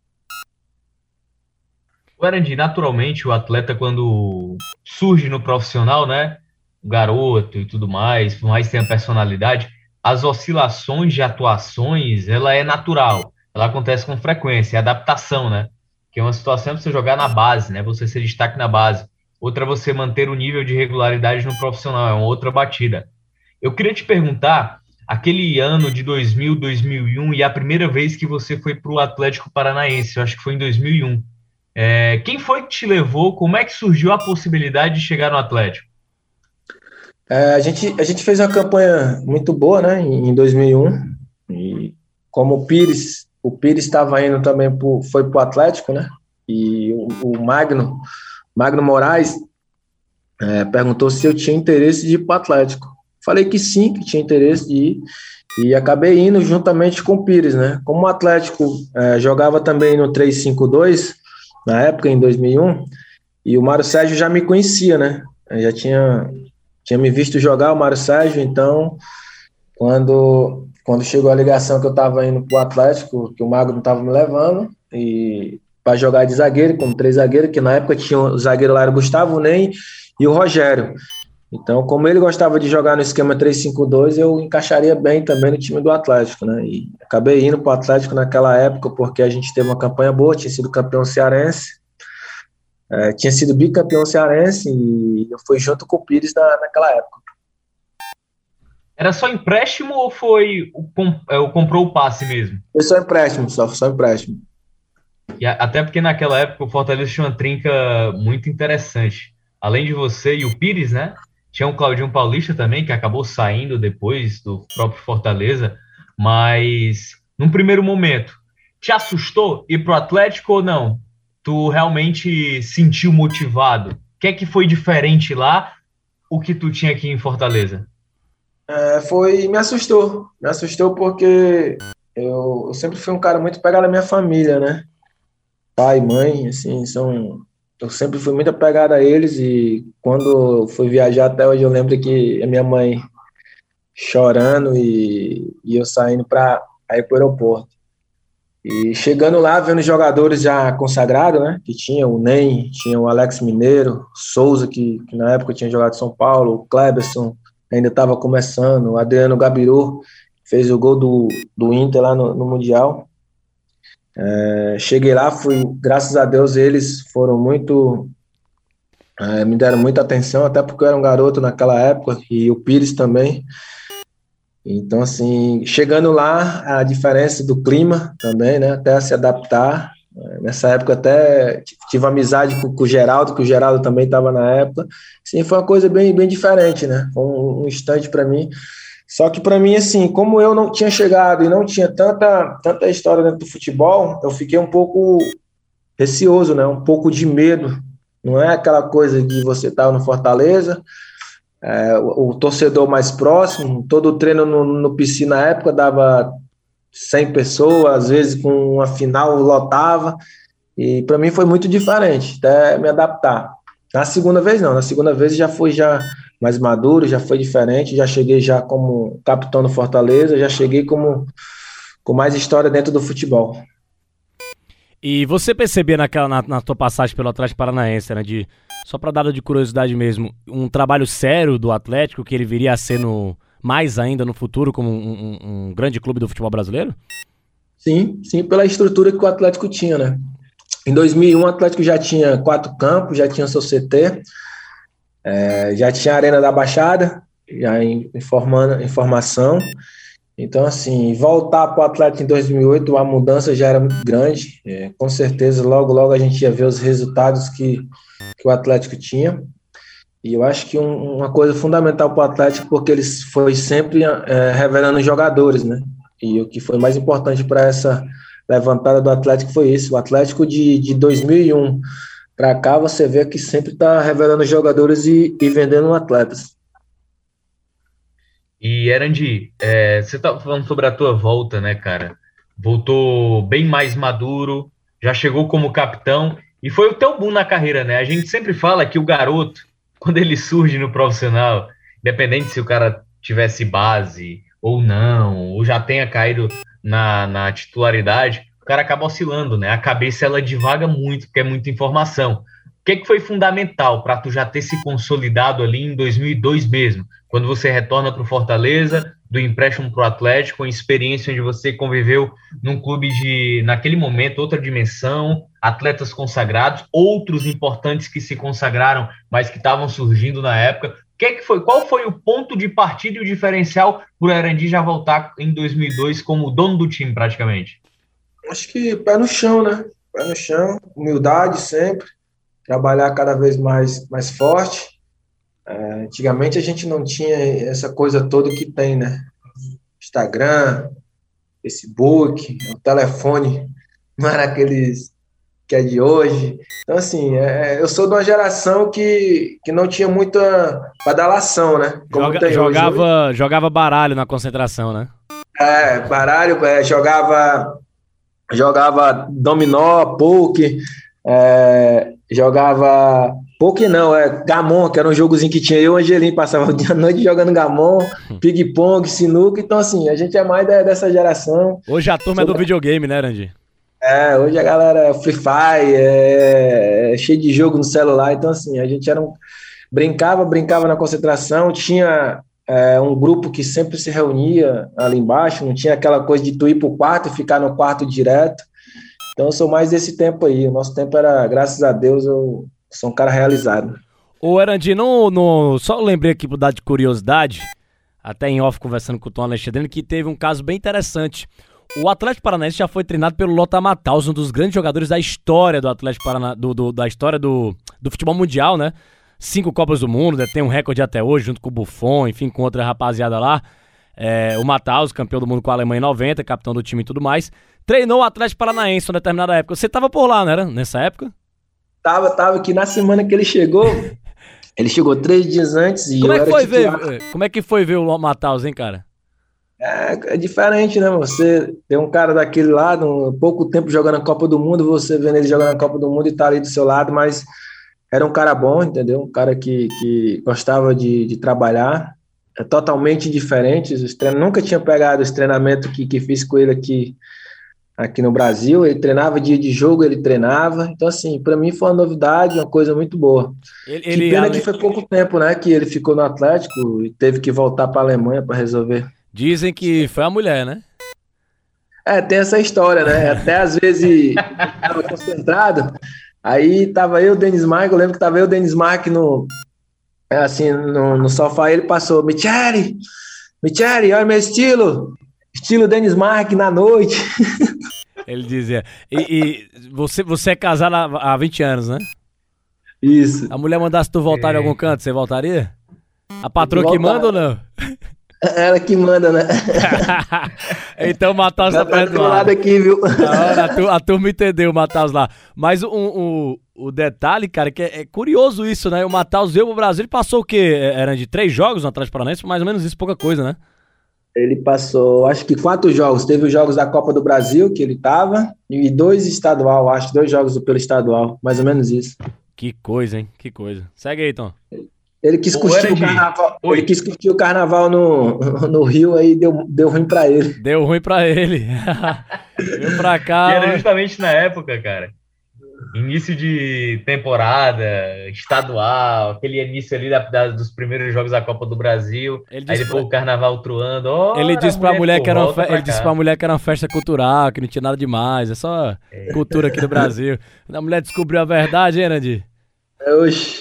Guarandi, naturalmente, o atleta, quando surge no profissional, né? O garoto e tudo mais, por mais que tenha personalidade, as oscilações de atuações, ela é natural. Ela acontece com frequência, é adaptação, né? Que é uma situação para você jogar na base, né? Você ser destaque na base. Outra é você manter o nível de regularidade no profissional, é uma outra batida. Eu queria te perguntar, aquele ano de dois mil, dois mil e um e a primeira vez que você foi para o Atlético Paranaense, eu acho que foi em dois mil e um. É, quem foi que te levou? Como é que surgiu a possibilidade de chegar no Atlético? É, a gente, a gente fez uma campanha muito boa, né, em dois mil e um, e como o Pires, o Pires estava indo também, pro, foi para o Atlético, né, e o, o Magno, Magno Moraes é, perguntou se eu tinha interesse de ir para o Atlético. Falei que sim, que tinha interesse de ir, e acabei indo juntamente com o Pires, né. Como o Atlético é, jogava também no três cinco dois, na época, em dois mil e um, e o Mário Sérgio já me conhecia, né, eu já tinha... Tinha me visto jogar o Mário Sérgio, então, quando, quando chegou a ligação que eu estava indo para o Atlético, que o Magno estava me levando, e para jogar de zagueiro, como três zagueiros, que na época tinha o zagueiro lá, era o Gustavo Nem e o Rogério. Então, como ele gostava de jogar no esquema três cinco dois, eu encaixaria bem também no time do Atlético, né? E acabei indo para o Atlético naquela época, porque a gente teve uma campanha boa, tinha sido campeão cearense, É, tinha sido bicampeão cearense e eu fui junto com o Pires na, naquela época. Era só empréstimo ou foi o, o comprou o passe mesmo? Foi só empréstimo, só, só empréstimo. E a, até porque naquela época o Fortaleza tinha uma trinca muito interessante. Além de você e o Pires, né? Tinha o Claudinho Paulista também, que acabou saindo depois do próprio Fortaleza. Mas, num primeiro momento, te assustou ir pro Atlético ou não? Tu realmente sentiu motivado? O que é que foi diferente lá, o que tu tinha aqui em Fortaleza? É, foi, me assustou, me assustou porque eu, eu sempre fui um cara muito pegado à minha família, né? Pai, mãe, assim, são... Eu sempre fui muito apegado a eles e quando eu fui viajar até hoje eu lembro que a minha mãe chorando e, e eu saindo para ir para o aeroporto. E chegando lá, vendo jogadores já consagrados, né? Que tinha o Ney, tinha o Alex Mineiro, Souza, que, que na época tinha jogado em São Paulo, o Kleberson ainda estava começando, o Adriano Gabiru fez o gol do, do Inter lá no, no Mundial. É, cheguei lá, fui, graças a Deus, eles foram muito... É, me deram muita atenção, até porque eu era um garoto naquela época, e o Pires também. Então, assim, chegando lá, a diferença do clima também, né, até se adaptar. Nessa época até tive amizade com, com o Geraldo, que o Geraldo também estava na época. Sim, foi uma coisa bem, bem diferente, né, foi um, um instante para mim. Só que para mim, assim, como eu não tinha chegado e não tinha tanta, tanta história dentro do futebol, eu fiquei um pouco receoso, né, um pouco de medo. Não é aquela coisa de você estar no Fortaleza, É, o, o torcedor mais próximo, todo o treino no, no P C na época dava cem pessoas, às vezes com uma final lotava, e para mim foi muito diferente, até me adaptar. Na segunda vez não, na segunda vez já fui já mais maduro, já foi diferente, já cheguei já como capitão do Fortaleza, já cheguei como com mais história dentro do futebol. E você percebia naquela, na, na tua passagem pelo Atlético Paranaense, né, de, só para dar de curiosidade mesmo, um trabalho sério do Atlético, que ele viria a ser no, mais ainda no futuro como um, um, um grande clube do futebol brasileiro? Sim, sim, pela estrutura que o Atlético tinha, né? Em dois mil e um o Atlético já tinha quatro campos, já tinha seu C T, é, já tinha a Arena da Baixada, já em, em, formando, em formação. Então, assim, voltar para o Atlético em dois mil e oito, a mudança já era muito grande. É, com certeza, logo, logo a gente ia ver os resultados que, que o Atlético tinha. E eu acho que um, uma coisa fundamental para o Atlético, porque ele foi sempre é, revelando jogadores, né? E o que foi mais importante para essa levantada do Atlético foi isso. O Atlético de, de dois mil e um para cá, você vê que sempre está revelando jogadores e, e vendendo atletas. E, Erandi, é, você estava falando sobre a tua volta, né, cara? Voltou bem mais maduro, já chegou como capitão, e foi o teu boom na carreira, né? A gente sempre fala que o garoto, quando ele surge no profissional, independente se o cara tivesse base ou não, ou já tenha caído na, na titularidade, o cara acaba oscilando, né? A cabeça, ela divaga muito, porque é muita informação. O que, que foi fundamental para tu já ter se consolidado ali em dois mil e dois mesmo, quando você retorna para o Fortaleza, do empréstimo para o Atlético, uma experiência onde você conviveu num clube de, naquele momento, outra dimensão, atletas consagrados, outros importantes que se consagraram, mas que estavam surgindo na época. Que que foi, qual foi o ponto de partida e o diferencial para o Erandi já voltar em dois mil e dois como dono do time, praticamente? Acho que pé no chão, né? Pé no chão, humildade sempre, trabalhar cada vez mais, mais forte. É, antigamente a gente não tinha essa coisa toda que tem, né? Instagram, Facebook, o telefone não era aqueles que é de hoje. Então, assim, é, eu sou de uma geração que, que não tinha muita badalação, né? Como Joga, tem jogava, hoje. jogava baralho na concentração, né? É, baralho, é, jogava, jogava dominó, poker, é, jogava poker não, é gamon, que era um jogozinho que tinha eu e o Angelim, passava o dia à noite jogando gamon, ping-pong, sinuca. Então, assim, a gente é mais dessa geração. Hoje a turma é do videogame, né, Erandi? É, hoje a galera é Free Fire, é, é cheio de jogo no celular, então assim, a gente era um, brincava, brincava na concentração, tinha é, um grupo que sempre se reunia ali embaixo, não tinha aquela coisa de tu ir pro quarto e ficar no quarto direto, então eu sou mais desse tempo aí, o nosso tempo era, graças a Deus, eu sou um cara realizado. Ô Erandi, no, no, só lembrei aqui por dar de curiosidade, até em off conversando com o Tom Alexandrino, que teve um caso bem interessante. O Atlético Paranaense já foi treinado pelo Lothar Matthaus, um dos grandes jogadores da história do Atlético Paranaense, do, do, da história do, do futebol mundial, né? Cinco Copas do Mundo, tem um recorde até hoje, junto com o Buffon, enfim, com outra rapaziada lá. É, o Matthaus, campeão do mundo com a Alemanha em noventa, capitão do time e tudo mais. Treinou o Atlético Paranaense em uma determinada época. Você tava por lá, não era? Nessa época? Tava, tava, que na semana que ele chegou, ele chegou três dias antes e Como eu é que era foi ver, titular. como é que foi ver o Matthaus, hein, cara? É, é diferente, né? Você tem um cara daquele lado, um, pouco tempo jogando a Copa do Mundo, você vendo ele jogando a Copa do Mundo e tá ali do seu lado, mas era um cara bom, entendeu? Um cara que, que gostava de, de trabalhar, é totalmente diferente. Os treinos, nunca tinha pegado esse treinamento que, que fiz com ele aqui, aqui no Brasil. Ele treinava dia de jogo, ele treinava. Então, assim, para mim foi uma novidade, uma coisa muito boa. Ele, que ele, pena ale... que foi pouco tempo, né? Que ele ficou no Atlético e teve que voltar para a Alemanha para resolver. Dizem que foi a mulher, né? É, tem essa história, né? Até às vezes estava concentrado, aí tava eu, o Denis Marques, eu lembro que tava eu, o Denis Marques no, assim, no, no sofá, ele passou, Michele, Michele, olha meu estilo, estilo Denis Marques na noite. Ele dizia, e, e você, você é casado há, há vinte anos, né? Isso. A mulher mandasse tu voltar em algum canto, você voltaria? A patroa que manda ou não? Ela que manda, né? Então o Matthaus tá perdoado aqui, viu? Hora, a, tu, a turma entendeu o Matthaus lá. Mas o, o, o detalhe, cara, que é, é curioso isso, né? O Matthaus veio pro Brasil, ele passou o quê? Eram de três jogos no Atlético Paranaense? Mais ou menos isso, pouca coisa, né? Ele passou, acho que quatro jogos. Teve os jogos da Copa do Brasil, que ele tava, e dois estadual, acho, dois jogos pelo estadual. Mais ou menos isso. Que coisa, hein? Que coisa. Segue aí, Tom. Ele quis curtir o carnaval, ele quis curtir o carnaval no, no Rio, aí deu, deu ruim pra ele. Deu ruim pra ele. Veio pra cá. E era justamente na época, cara. Início de temporada, estadual, aquele início ali da, da, dos primeiros jogos da Copa do Brasil. Aí depois pra... o carnaval truando. Oh, ele disse pra mulher, mulher que era uma fe... ele cá. disse pra mulher que era uma festa cultural, que não tinha nada demais, é só é. cultura aqui do Brasil. A mulher descobriu a verdade, hein, Erandi? Oxi.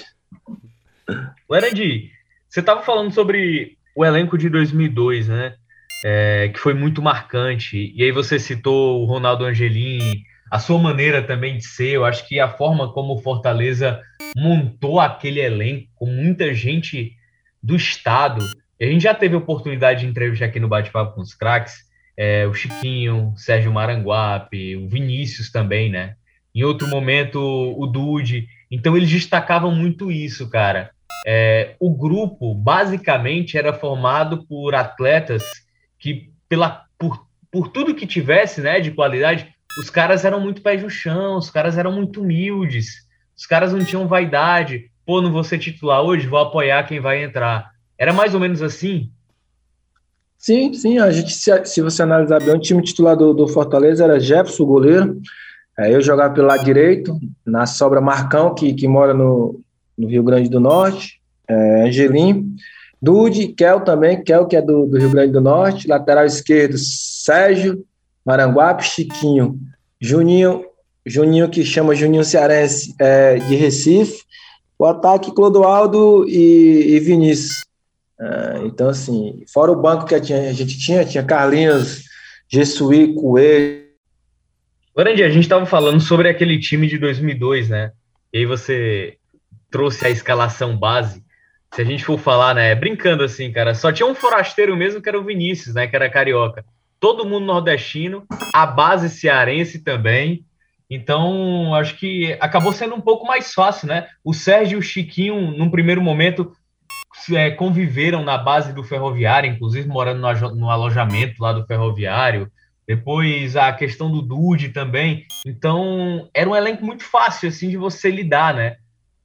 O Erandi, você estava falando sobre o elenco de dois mil e dois, né? É, que foi muito marcante. E aí você citou o Ronaldo Angelim, a sua maneira também de ser. Eu acho que a forma como o Fortaleza montou aquele elenco, com muita gente do estado. A gente já teve a oportunidade de entrevistar aqui no Bate-Papo com os Craques, é, o Chiquinho, o Sérgio Maranguape, o Vinícius também, né? Em outro momento, o Dude. Então, eles destacavam muito isso, cara. É, o grupo, basicamente, era formado por atletas que, pela, por, por tudo que tivesse, né, de qualidade, os caras eram muito pés no chão, os caras eram muito humildes, os caras não tinham vaidade. Pô, não vou ser titular hoje, vou apoiar quem vai entrar. Era mais ou menos assim? Sim, sim, a gente, se, se você analisar bem, o time titular do, do Fortaleza era Jefferson, o goleiro, é, eu jogava pelo lado direito, na sobra Marcão, que, que mora no, no Rio Grande do Norte, é, Angelim, Dude, Kel também, Kel que é do, do Rio Grande do Norte, lateral esquerdo Sérgio, Maranguape, Chiquinho, Juninho, Juninho que chama Juninho Cearense é, de Recife, o ataque Clodoaldo e, e Vinícius. Uh, então, assim, fora o banco que a gente tinha, tinha Carlinhos, Jessuí, Coelho. Orandi, a gente estava falando sobre aquele time de dois mil e dois, né? E aí você trouxe a escalação base. Se a gente for falar, né, brincando assim, cara, só tinha um forasteiro mesmo que era o Vinícius, né, que era carioca. Todo mundo nordestino, a base cearense também. Então, acho que acabou sendo um pouco mais fácil, né? O Sérgio e o Chiquinho, num primeiro momento, É, conviveram na base do Ferroviário, inclusive morando no, no alojamento lá do Ferroviário. Depois a questão do Dude também. Então, era um elenco muito fácil assim de você lidar, né?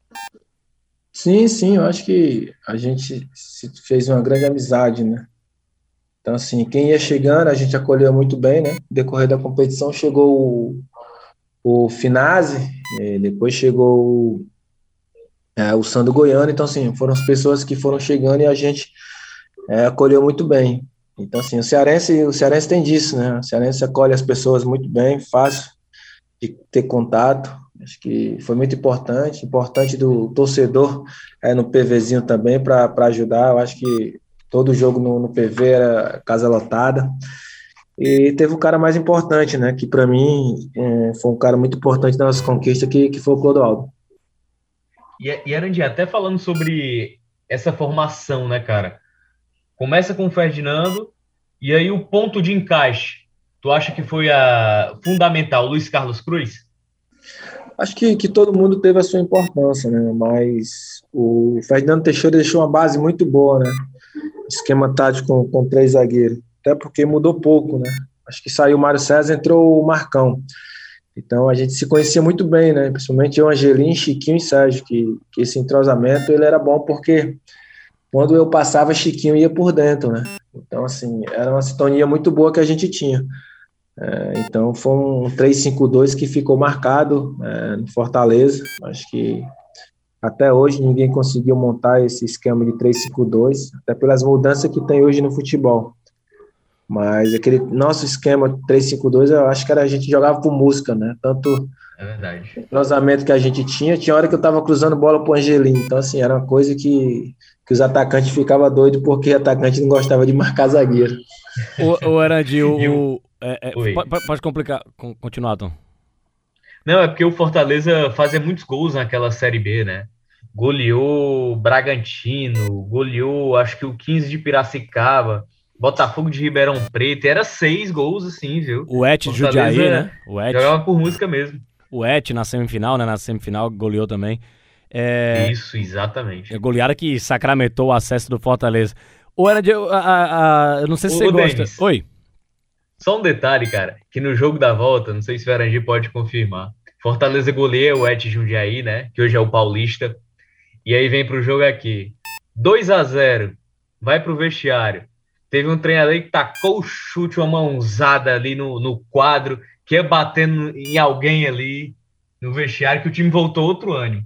Sim, sim, eu acho que a gente fez uma grande amizade, né? Então, assim, quem ia chegando, a gente acolheu muito bem, né? No decorrer da competição chegou o, o Finazzi, depois chegou o É, o Sandro Goiano, então assim, foram as pessoas que foram chegando e a gente é, acolheu muito bem. Então assim, o cearense, o cearense tem disso, né? O cearense acolhe as pessoas muito bem, fácil de ter contato. Acho que foi muito importante, importante do torcedor é, no PVzinho também para ajudar. Eu acho que todo jogo no, no P V era casa lotada. E teve o cara mais importante, né? Que para mim é, foi um cara muito importante na nossa conquista, que, que foi o Clodoaldo. E, e Arandi, até falando sobre essa formação, né, cara? Começa com o Ferdinando, e aí o ponto de encaixe, tu acha que foi a fundamental, Luiz Carlos Cruz? Acho que, que todo mundo teve a sua importância, né? Mas o Ferdinando Teixeira deixou uma base muito boa, né? Esquema tático com, com três zagueiros. Até porque mudou pouco, né? Acho que saiu o Mário César, entrou o Marcão. Então a gente se conhecia muito bem, né? Principalmente eu, Angelim, Chiquinho e Sérgio, que, que esse entrosamento ele era bom porque quando eu passava, Chiquinho ia por dentro, né? Então, assim, era uma sintonia muito boa que a gente tinha. É, então foi um três cinco dois que ficou marcado é, no Fortaleza. Acho que até hoje ninguém conseguiu montar esse esquema de três cinco dois, até pelas mudanças que tem hoje no futebol. Mas aquele nosso esquema três cinco dois, eu acho que era, a gente jogava por música, né? Tanto é verdade. O cruzamento que a gente tinha, tinha hora que eu tava cruzando bola pro Angelim. Então, assim, era uma coisa que, que os atacantes ficavam doidos porque o atacante não gostava de marcar zagueiro. O, o Arandi, o... o é, é, pode, pode complicar, continuar, Tom. Não, é porque o Fortaleza fazia muitos gols naquela Série B, né? Goleou Bragantino, goleou, acho que o quinze de Piracicaba, Botafogo de Ribeirão Preto, era seis gols, assim, viu? O Et de Jundiaí, né? O Et. Jogava por música mesmo. O Et na semifinal, né? Na semifinal goleou também. É... Isso, exatamente. É goleada que sacramentou o acesso do Fortaleza. O Arandi, eu, a, a, eu não sei se Ô, você Denis, gosta. Oi. Só um detalhe, cara, que no jogo da volta, não sei se o Arandi pode confirmar, Fortaleza goleia o Et Jundiaí, né? Que hoje é o Paulista. E aí vem pro jogo aqui. dois a zero, vai pro vestiário. Teve um treinador que tacou o chute, uma mãozada ali no, no quadro, que ia batendo em alguém ali no vestiário, que o time voltou outro ânimo.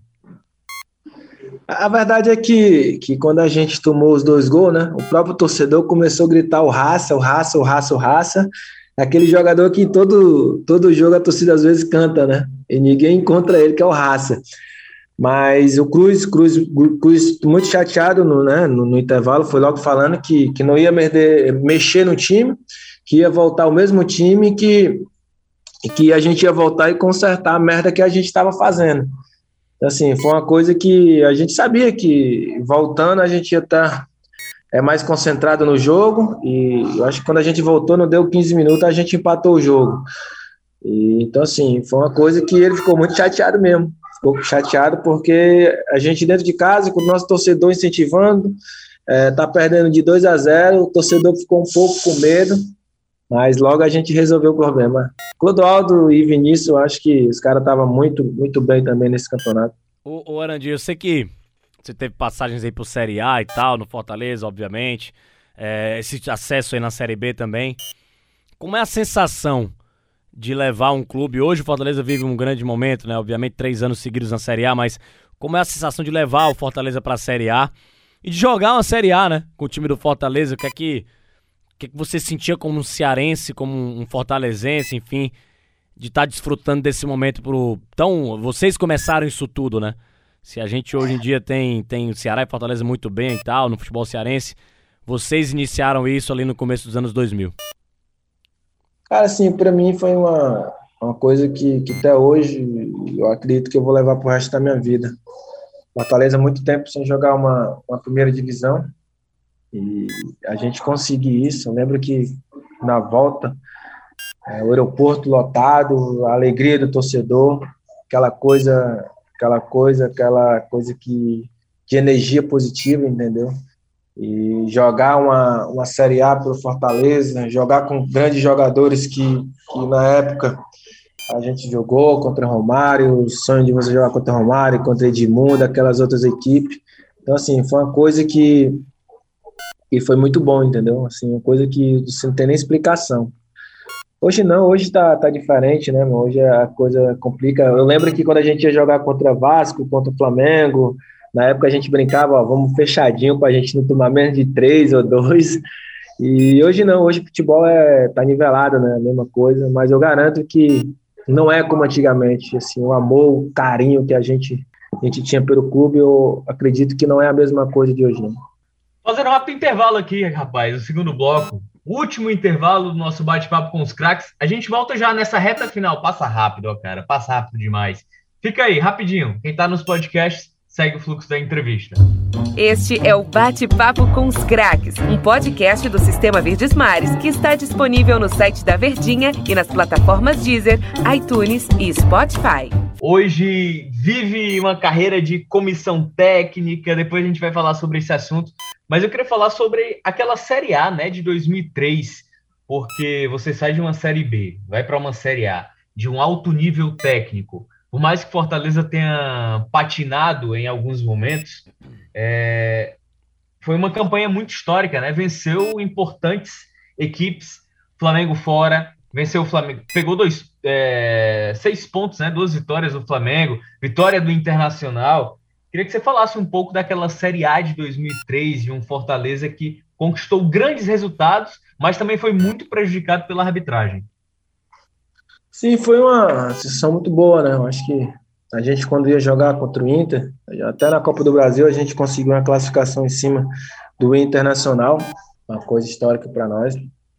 A verdade é que, que quando a gente tomou os dois gols, né, o próprio torcedor começou a gritar o raça, o raça, o raça, o raça. Aquele jogador que todo, todo jogo a torcida às vezes canta, né? E ninguém encontra ele, que é o raça. Mas o Cruz, Cruz, Cruz muito chateado no, né, no, no intervalo, foi logo falando que, que não ia merder, mexer no time, que ia voltar o mesmo time, que e que a gente ia voltar e consertar a merda que a gente estava fazendo. Então, assim, foi uma coisa que a gente sabia que voltando a gente ia estar é, mais concentrado no jogo, e eu acho que quando a gente voltou, não deu quinze minutos, a gente empatou o jogo. E, então, assim, foi uma coisa que ele ficou muito chateado mesmo. Ficou chateado porque a gente dentro de casa, com o nosso torcedor incentivando, é, tá perdendo de dois a zero, o torcedor ficou um pouco com medo, mas logo a gente resolveu o problema. Clodoaldo e Vinícius, eu acho que os caras estavam muito, muito bem também nesse campeonato. Ô, ô Arandir, eu sei que você teve passagens aí pro Série A e tal, no Fortaleza, obviamente, é, esse acesso aí na Série B também. Como é a sensação de levar um clube? Hoje o Fortaleza vive um grande momento, né? Obviamente três anos seguidos na Série A, mas como é a sensação de levar o Fortaleza pra Série A e de jogar uma Série A, né? Com o time do Fortaleza, o que é que, o que, é que você sentia como um cearense, como um fortalezense, enfim, de estar tá desfrutando desse momento pro... Então, vocês começaram isso tudo, né? Se a gente hoje em dia tem, tem o Ceará e Fortaleza muito bem e tal, no futebol cearense, vocês iniciaram isso ali no começo dos anos dois mil. Cara, assim, pra mim foi uma, uma coisa que, que até hoje eu acredito que eu vou levar pro resto da minha vida. Fortaleza há muito tempo sem jogar uma, uma primeira divisão e a gente conseguir isso. Eu lembro que na volta, é, o aeroporto lotado, a alegria do torcedor, aquela coisa, aquela coisa, aquela coisa que, de energia positiva, entendeu? E jogar uma, uma Série A pelo Fortaleza, jogar com grandes jogadores que, que na época a gente jogou contra o Romário, o sonho de você jogar contra o Romário, contra Edmundo, aquelas outras equipes. Então, assim, foi uma coisa que, que foi muito bom, entendeu? Assim, uma coisa que você não tem nem explicação. Hoje não, hoje tá, tá diferente, né, mano? Hoje a coisa complica. Eu lembro que quando a gente ia jogar contra Vasco, contra o Flamengo, na época a gente brincava, ó, vamos fechadinho para a gente não tomar menos de três ou dois. E hoje não, hoje o futebol é, tá nivelado, né? A mesma coisa, mas eu garanto que não é como antigamente. Assim, o amor, o carinho que a gente, a gente tinha pelo clube, eu acredito que não é a mesma coisa de hoje, não. Fazendo um rápido intervalo aqui, rapaz, o segundo bloco. O último intervalo do nosso bate-papo com os craques. A gente volta já nessa reta final. Passa rápido, ó, cara. Passa rápido demais. Fica aí, rapidinho. Quem tá nos podcasts, segue o fluxo da entrevista. Este é o Bate-Papo com os Craques, um podcast do Sistema Verdes Mares que está disponível no site da Verdinha e nas plataformas Deezer, iTunes e Spotify. Hoje vive uma carreira de comissão técnica, depois a gente vai falar sobre esse assunto, mas eu queria falar sobre aquela Série A, né, de dois mil e três, porque você sai de uma Série B, vai para uma Série A, de um alto nível técnico. Por mais que Fortaleza tenha patinado em alguns momentos, é, foi uma campanha muito histórica, né? Venceu importantes equipes, Flamengo fora, venceu o Flamengo, pegou dois, é, seis pontos, né? Duas vitórias do Flamengo, vitória do Internacional. Queria que você falasse um pouco daquela Série A de dois mil e três, de um Fortaleza que conquistou grandes resultados, mas também foi muito prejudicado pela arbitragem. Sim, foi uma sessão muito boa, né? Eu acho que a gente, quando ia jogar contra o Inter, até na Copa do Brasil, a gente conseguiu uma classificação em cima do Internacional, uma coisa histórica para nós.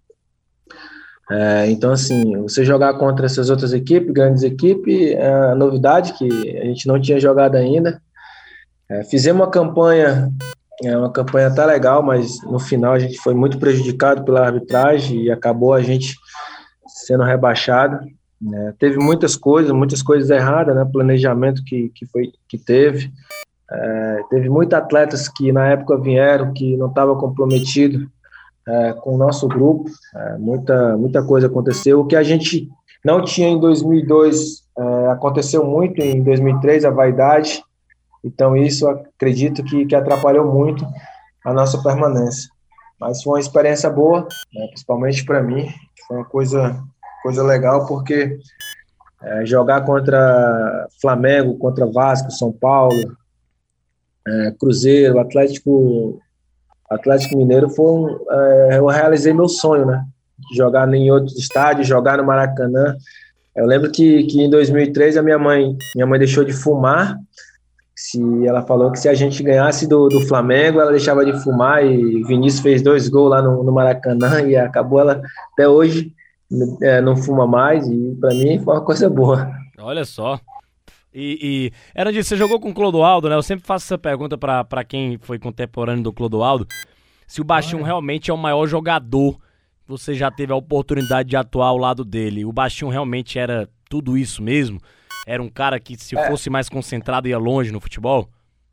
É, então, assim, você jogar contra essas outras equipes, grandes equipes, é a novidade que a gente não tinha jogado ainda. É, fizemos uma campanha, é, uma campanha até legal, mas no final a gente foi muito prejudicado pela arbitragem e acabou a gente sendo rebaixado. É, teve muitas coisas, muitas coisas erradas, né? Planejamento que, que, foi, que teve. É, teve muitos atletas que na época vieram que não estavam comprometidos é, com o nosso grupo. É, muita, muita coisa aconteceu. O que a gente não tinha em dois mil e dois é, aconteceu muito em dois mil e três, a vaidade. Então isso eu acredito que, que atrapalhou muito a nossa permanência. Mas foi uma experiência boa, né? Principalmente para mim. Foi uma coisa... coisa legal, porque é, jogar contra Flamengo, contra Vasco, São Paulo, é, Cruzeiro, Atlético, Atlético Mineiro, foi um, é, eu realizei meu sonho, né? Jogar em outros estádios, jogar no Maracanã. Eu lembro que, que em dois mil e três a minha mãe, minha mãe deixou de fumar. Se ela falou que se a gente ganhasse do, do Flamengo, ela deixava de fumar, e Vinícius fez dois gols lá no, no Maracanã e acabou ela até hoje. é, não fuma mais, e para mim foi uma coisa boa. Olha só. E, e era disso, você jogou com o Clodoaldo, né? Eu sempre faço essa pergunta pra, pra quem foi contemporâneo do Clodoaldo, se o Baixinho realmente é o maior jogador, você já teve a oportunidade de atuar ao lado dele. O Baixinho realmente era tudo isso mesmo? Era um cara que, se É. fosse mais concentrado, ia longe no futebol?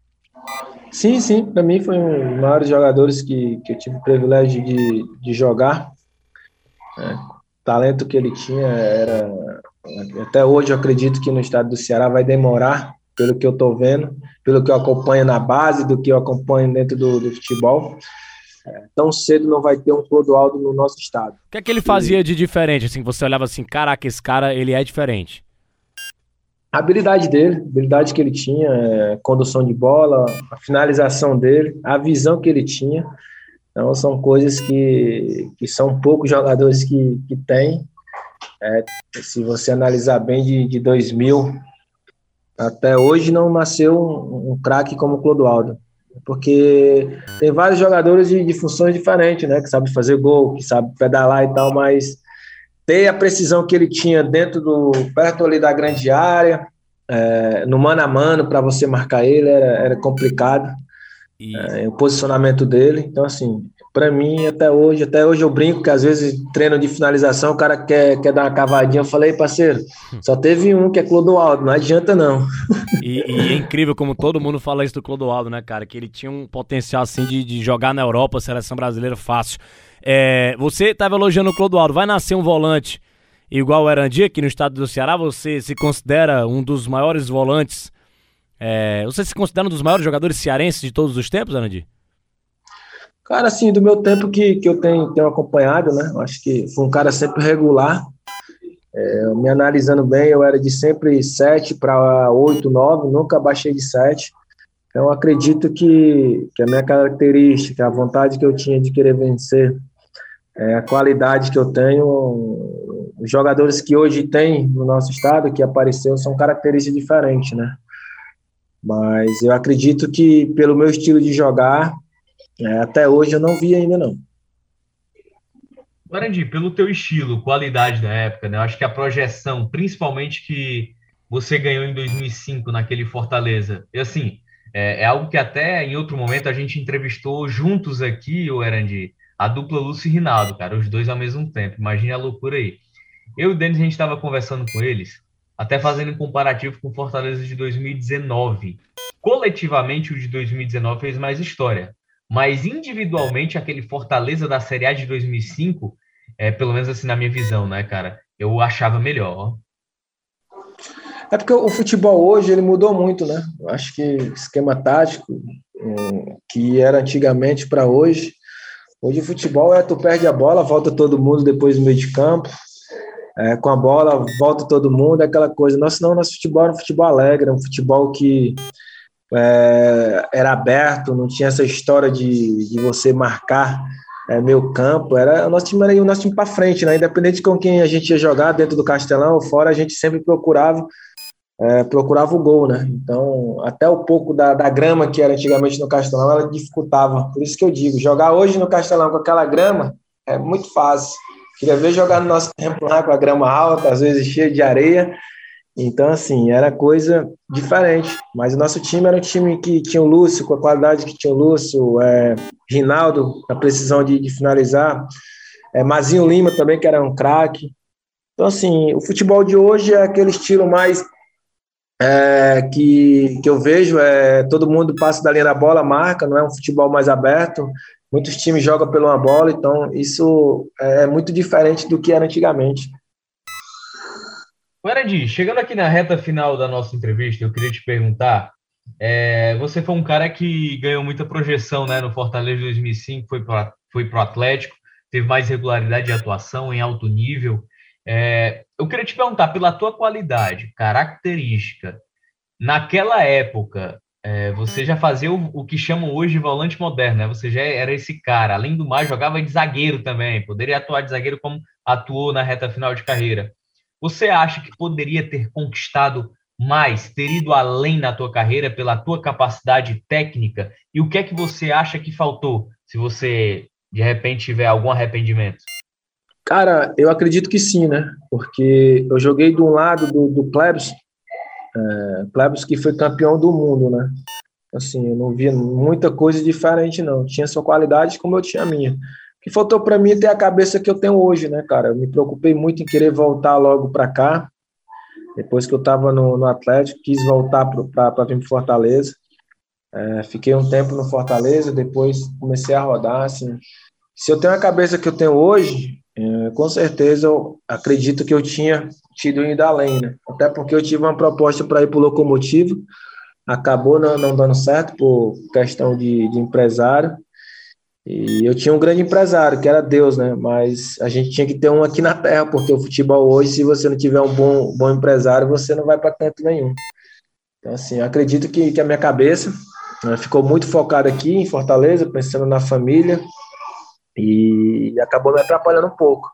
Sim, sim, para mim foi um dos maiores jogadores que, que eu tive o privilégio de, de jogar. É, o talento que ele tinha era... Até hoje eu acredito que no estado do Ceará vai demorar, pelo que eu estou vendo, pelo que eu acompanho na base, do que eu acompanho dentro do, do futebol. É, tão cedo não vai ter um Clodoaldo no nosso estado. O que é que ele fazia de diferente? Assim, você olhava assim, caraca, esse cara, ele é diferente. A habilidade dele, a habilidade que ele tinha, é, condução de bola, a finalização dele, a visão que ele tinha. Então, são coisas que, que são poucos jogadores que, que têm. É, se você analisar bem, de, de dois mil até hoje, não nasceu um, um craque como o Clodoaldo. Porque tem vários jogadores de, de funções diferentes, né? Que sabe fazer gol, que sabe pedalar e tal, mas ter a precisão que ele tinha dentro do, perto ali da grande área, é, no mano a mano, para você marcar ele, era, era complicado. E... É, o posicionamento dele. Então, assim, para mim, até hoje, até hoje eu brinco que às vezes treino de finalização, o cara quer, quer dar uma cavadinha. Eu falei, parceiro, só teve um que é Clodoaldo, não adianta não. E, e é incrível como todo mundo fala isso do Clodoaldo, né, cara? Que ele tinha um potencial, assim, de, de jogar na Europa, seleção brasileira fácil. É, você estava elogiando o Clodoaldo, vai nascer um volante igual o Erandi aqui no estado do Ceará? Você se considera um dos maiores volantes? É, você se considera um dos maiores jogadores cearenses de todos os tempos, Erandi? Cara, assim, do meu tempo que, que eu tenho, tenho acompanhado, né? Eu acho que foi um cara sempre regular. É, me analisando bem, eu era de sempre sete para oito, nove, nunca baixei de sete. Então, eu acredito que, que a minha característica, a vontade que eu tinha de querer vencer, é, a qualidade que eu tenho, os jogadores que hoje tem no nosso estado, que apareceu, são características diferentes, né? Mas eu acredito que, pelo meu estilo de jogar, é, até hoje eu não vi ainda, não. Guarandi, pelo teu estilo, qualidade da época, né? Eu acho que a projeção, principalmente que você ganhou em dois mil e cinco naquele Fortaleza, e assim, é, é algo que até em outro momento a gente entrevistou juntos aqui, o Erandi, a dupla Lúcio e Rinaldo, cara, os dois ao mesmo tempo. Imagine a loucura aí. Eu e o Denis, a gente estava conversando com eles, até fazendo um comparativo com o Fortaleza de dois mil e dezenove. Coletivamente, o de dois mil e dezenove fez mais história, mas individualmente, aquele Fortaleza da Série A de dois mil e cinco, é, pelo menos assim na minha visão, né, cara, eu achava melhor. É porque o futebol hoje, ele mudou muito, né? Eu acho que esquema tático, um, que era antigamente para hoje, hoje o futebol é tu perde a bola, volta todo mundo depois do meio de campo, é, com a bola, volta todo mundo, é aquela coisa. Nosso, não, nosso futebol era um futebol alegre, um futebol que é, era aberto, não tinha essa história de, de você marcar é, meio campo. Era, o nosso time era o nosso time para frente, né? Independente com quem a gente ia jogar, dentro do Castelão ou fora, a gente sempre procurava, é, procurava o gol, né? Então, até o pouco da, da grama que era antigamente no Castelão, ela dificultava. Por isso que eu digo, jogar hoje no Castelão com aquela grama é muito fácil. Queria ver jogar no nosso tempo lá com a grama alta, às vezes cheia de areia. Então, assim, era coisa diferente. Mas o nosso time era um time que tinha o Lúcio, com a qualidade que tinha o Lúcio, é, Rinaldo, na precisão de, de finalizar, é, Mazinho Lima também, que era um craque. Então, assim, o futebol de hoje é aquele estilo mais é, que, que eu vejo, é, todo mundo passa da linha da bola, marca, não é um futebol mais aberto. Muitos times jogam pela uma bola, então isso é muito diferente do que era antigamente. Guarandi, chegando aqui na reta final da nossa entrevista, eu queria te perguntar, é, você foi um cara que ganhou muita projeção, né, no Fortaleza de dois mil e cinco, foi para foi pro Atlético, teve mais regularidade de atuação em alto nível. É, eu queria te perguntar, pela tua qualidade, característica, naquela época, é, você já fazia o, o que chamam hoje de volante moderno, né? Você já era esse cara, além do mais, jogava de zagueiro também, poderia atuar de zagueiro como atuou na reta final de carreira. Você acha que poderia ter conquistado mais, ter ido além na tua carreira pela tua capacidade técnica? E o que é que você acha que faltou, se você, de repente, tiver algum arrependimento? Cara, eu acredito que sim, né? Porque eu joguei de um lado do, do Klebs, é, Klebs que foi campeão do mundo, né? Assim, eu não via muita coisa diferente, não. Tinha sua qualidade como eu tinha a minha. O que faltou para mim é ter a cabeça que eu tenho hoje, né, cara? Eu me preocupei muito em querer voltar logo para cá. Depois que eu estava no, no Atlético, quis voltar para vir para Fortaleza. É, fiquei um tempo no Fortaleza, depois comecei a rodar, assim. Se eu tenho a cabeça que eu tenho hoje, é, com certeza eu acredito que eu tinha tido ido além, né? Até porque eu tive uma proposta para ir para o Locomotivo, acabou não, não dando certo por questão de, de empresário, e eu tinha um grande empresário, que era Deus, né? Mas a gente tinha que ter um aqui na terra, porque o futebol hoje, se você não tiver um bom, bom empresário, você não vai para canto nenhum. Então, assim, eu acredito que, que a minha cabeça né, ficou muito focada aqui em Fortaleza, pensando na família, e acabou me atrapalhando um pouco.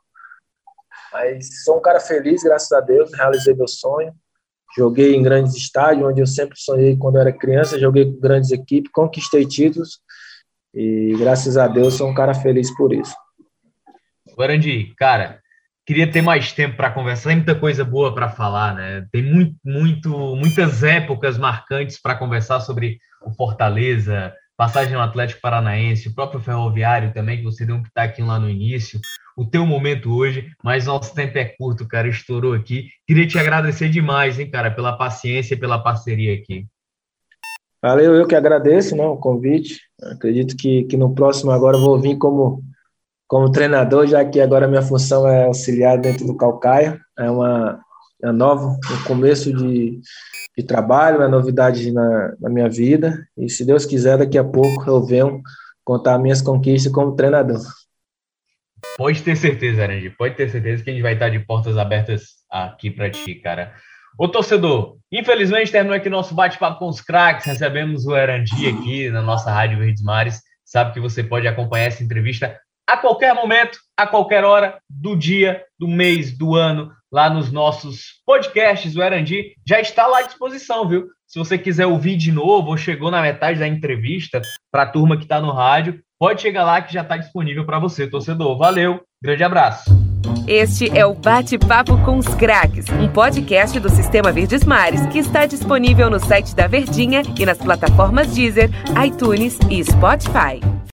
Mas sou um cara feliz, graças a Deus, realizei meu sonho. Joguei em grandes estádios, onde eu sempre sonhei quando eu era criança, joguei com grandes equipes, conquistei títulos e, graças a Deus, sou um cara feliz por isso. Guarandi, cara, queria ter mais tempo para conversar, tem muita coisa boa para falar, né? Tem muito, muito, muitas épocas marcantes para conversar sobre o Fortaleza, passagem no Atlético Paranaense, o próprio Ferroviário também, que você deu um pitaquinho lá no início, o teu momento hoje, mas nosso tempo é curto, cara, estourou aqui. Queria te agradecer demais, hein, cara, pela paciência e pela parceria aqui. Valeu, eu que agradeço, né, o convite. Acredito que, que no próximo agora eu vou vir como, como treinador, já que agora minha função é auxiliar dentro do Caucaia. É uma é novo, um começo de, de trabalho, é novidade na, na minha vida. E se Deus quiser, daqui a pouco eu venho contar minhas conquistas como treinador. Pode ter certeza, Arandi, pode ter certeza que a gente vai estar de portas abertas aqui para ti, cara. Ô, torcedor, infelizmente terminou aqui nosso bate-papo com os craques, recebemos o Arandi aqui na nossa Rádio Verdes Mares. Sabe que você pode acompanhar essa entrevista a qualquer momento, a qualquer hora do dia, do mês, do ano, lá nos nossos podcasts. O Arandi já está lá à disposição, viu? Se você quiser ouvir de novo ou chegou na metade da entrevista para a turma que está no rádio, pode chegar lá que já está disponível para você, torcedor. Valeu, grande abraço. Este é o Bate-Papo com os Craques, um podcast do Sistema Verdes Mares que está disponível no site da Verdinha e nas plataformas Deezer, iTunes e Spotify.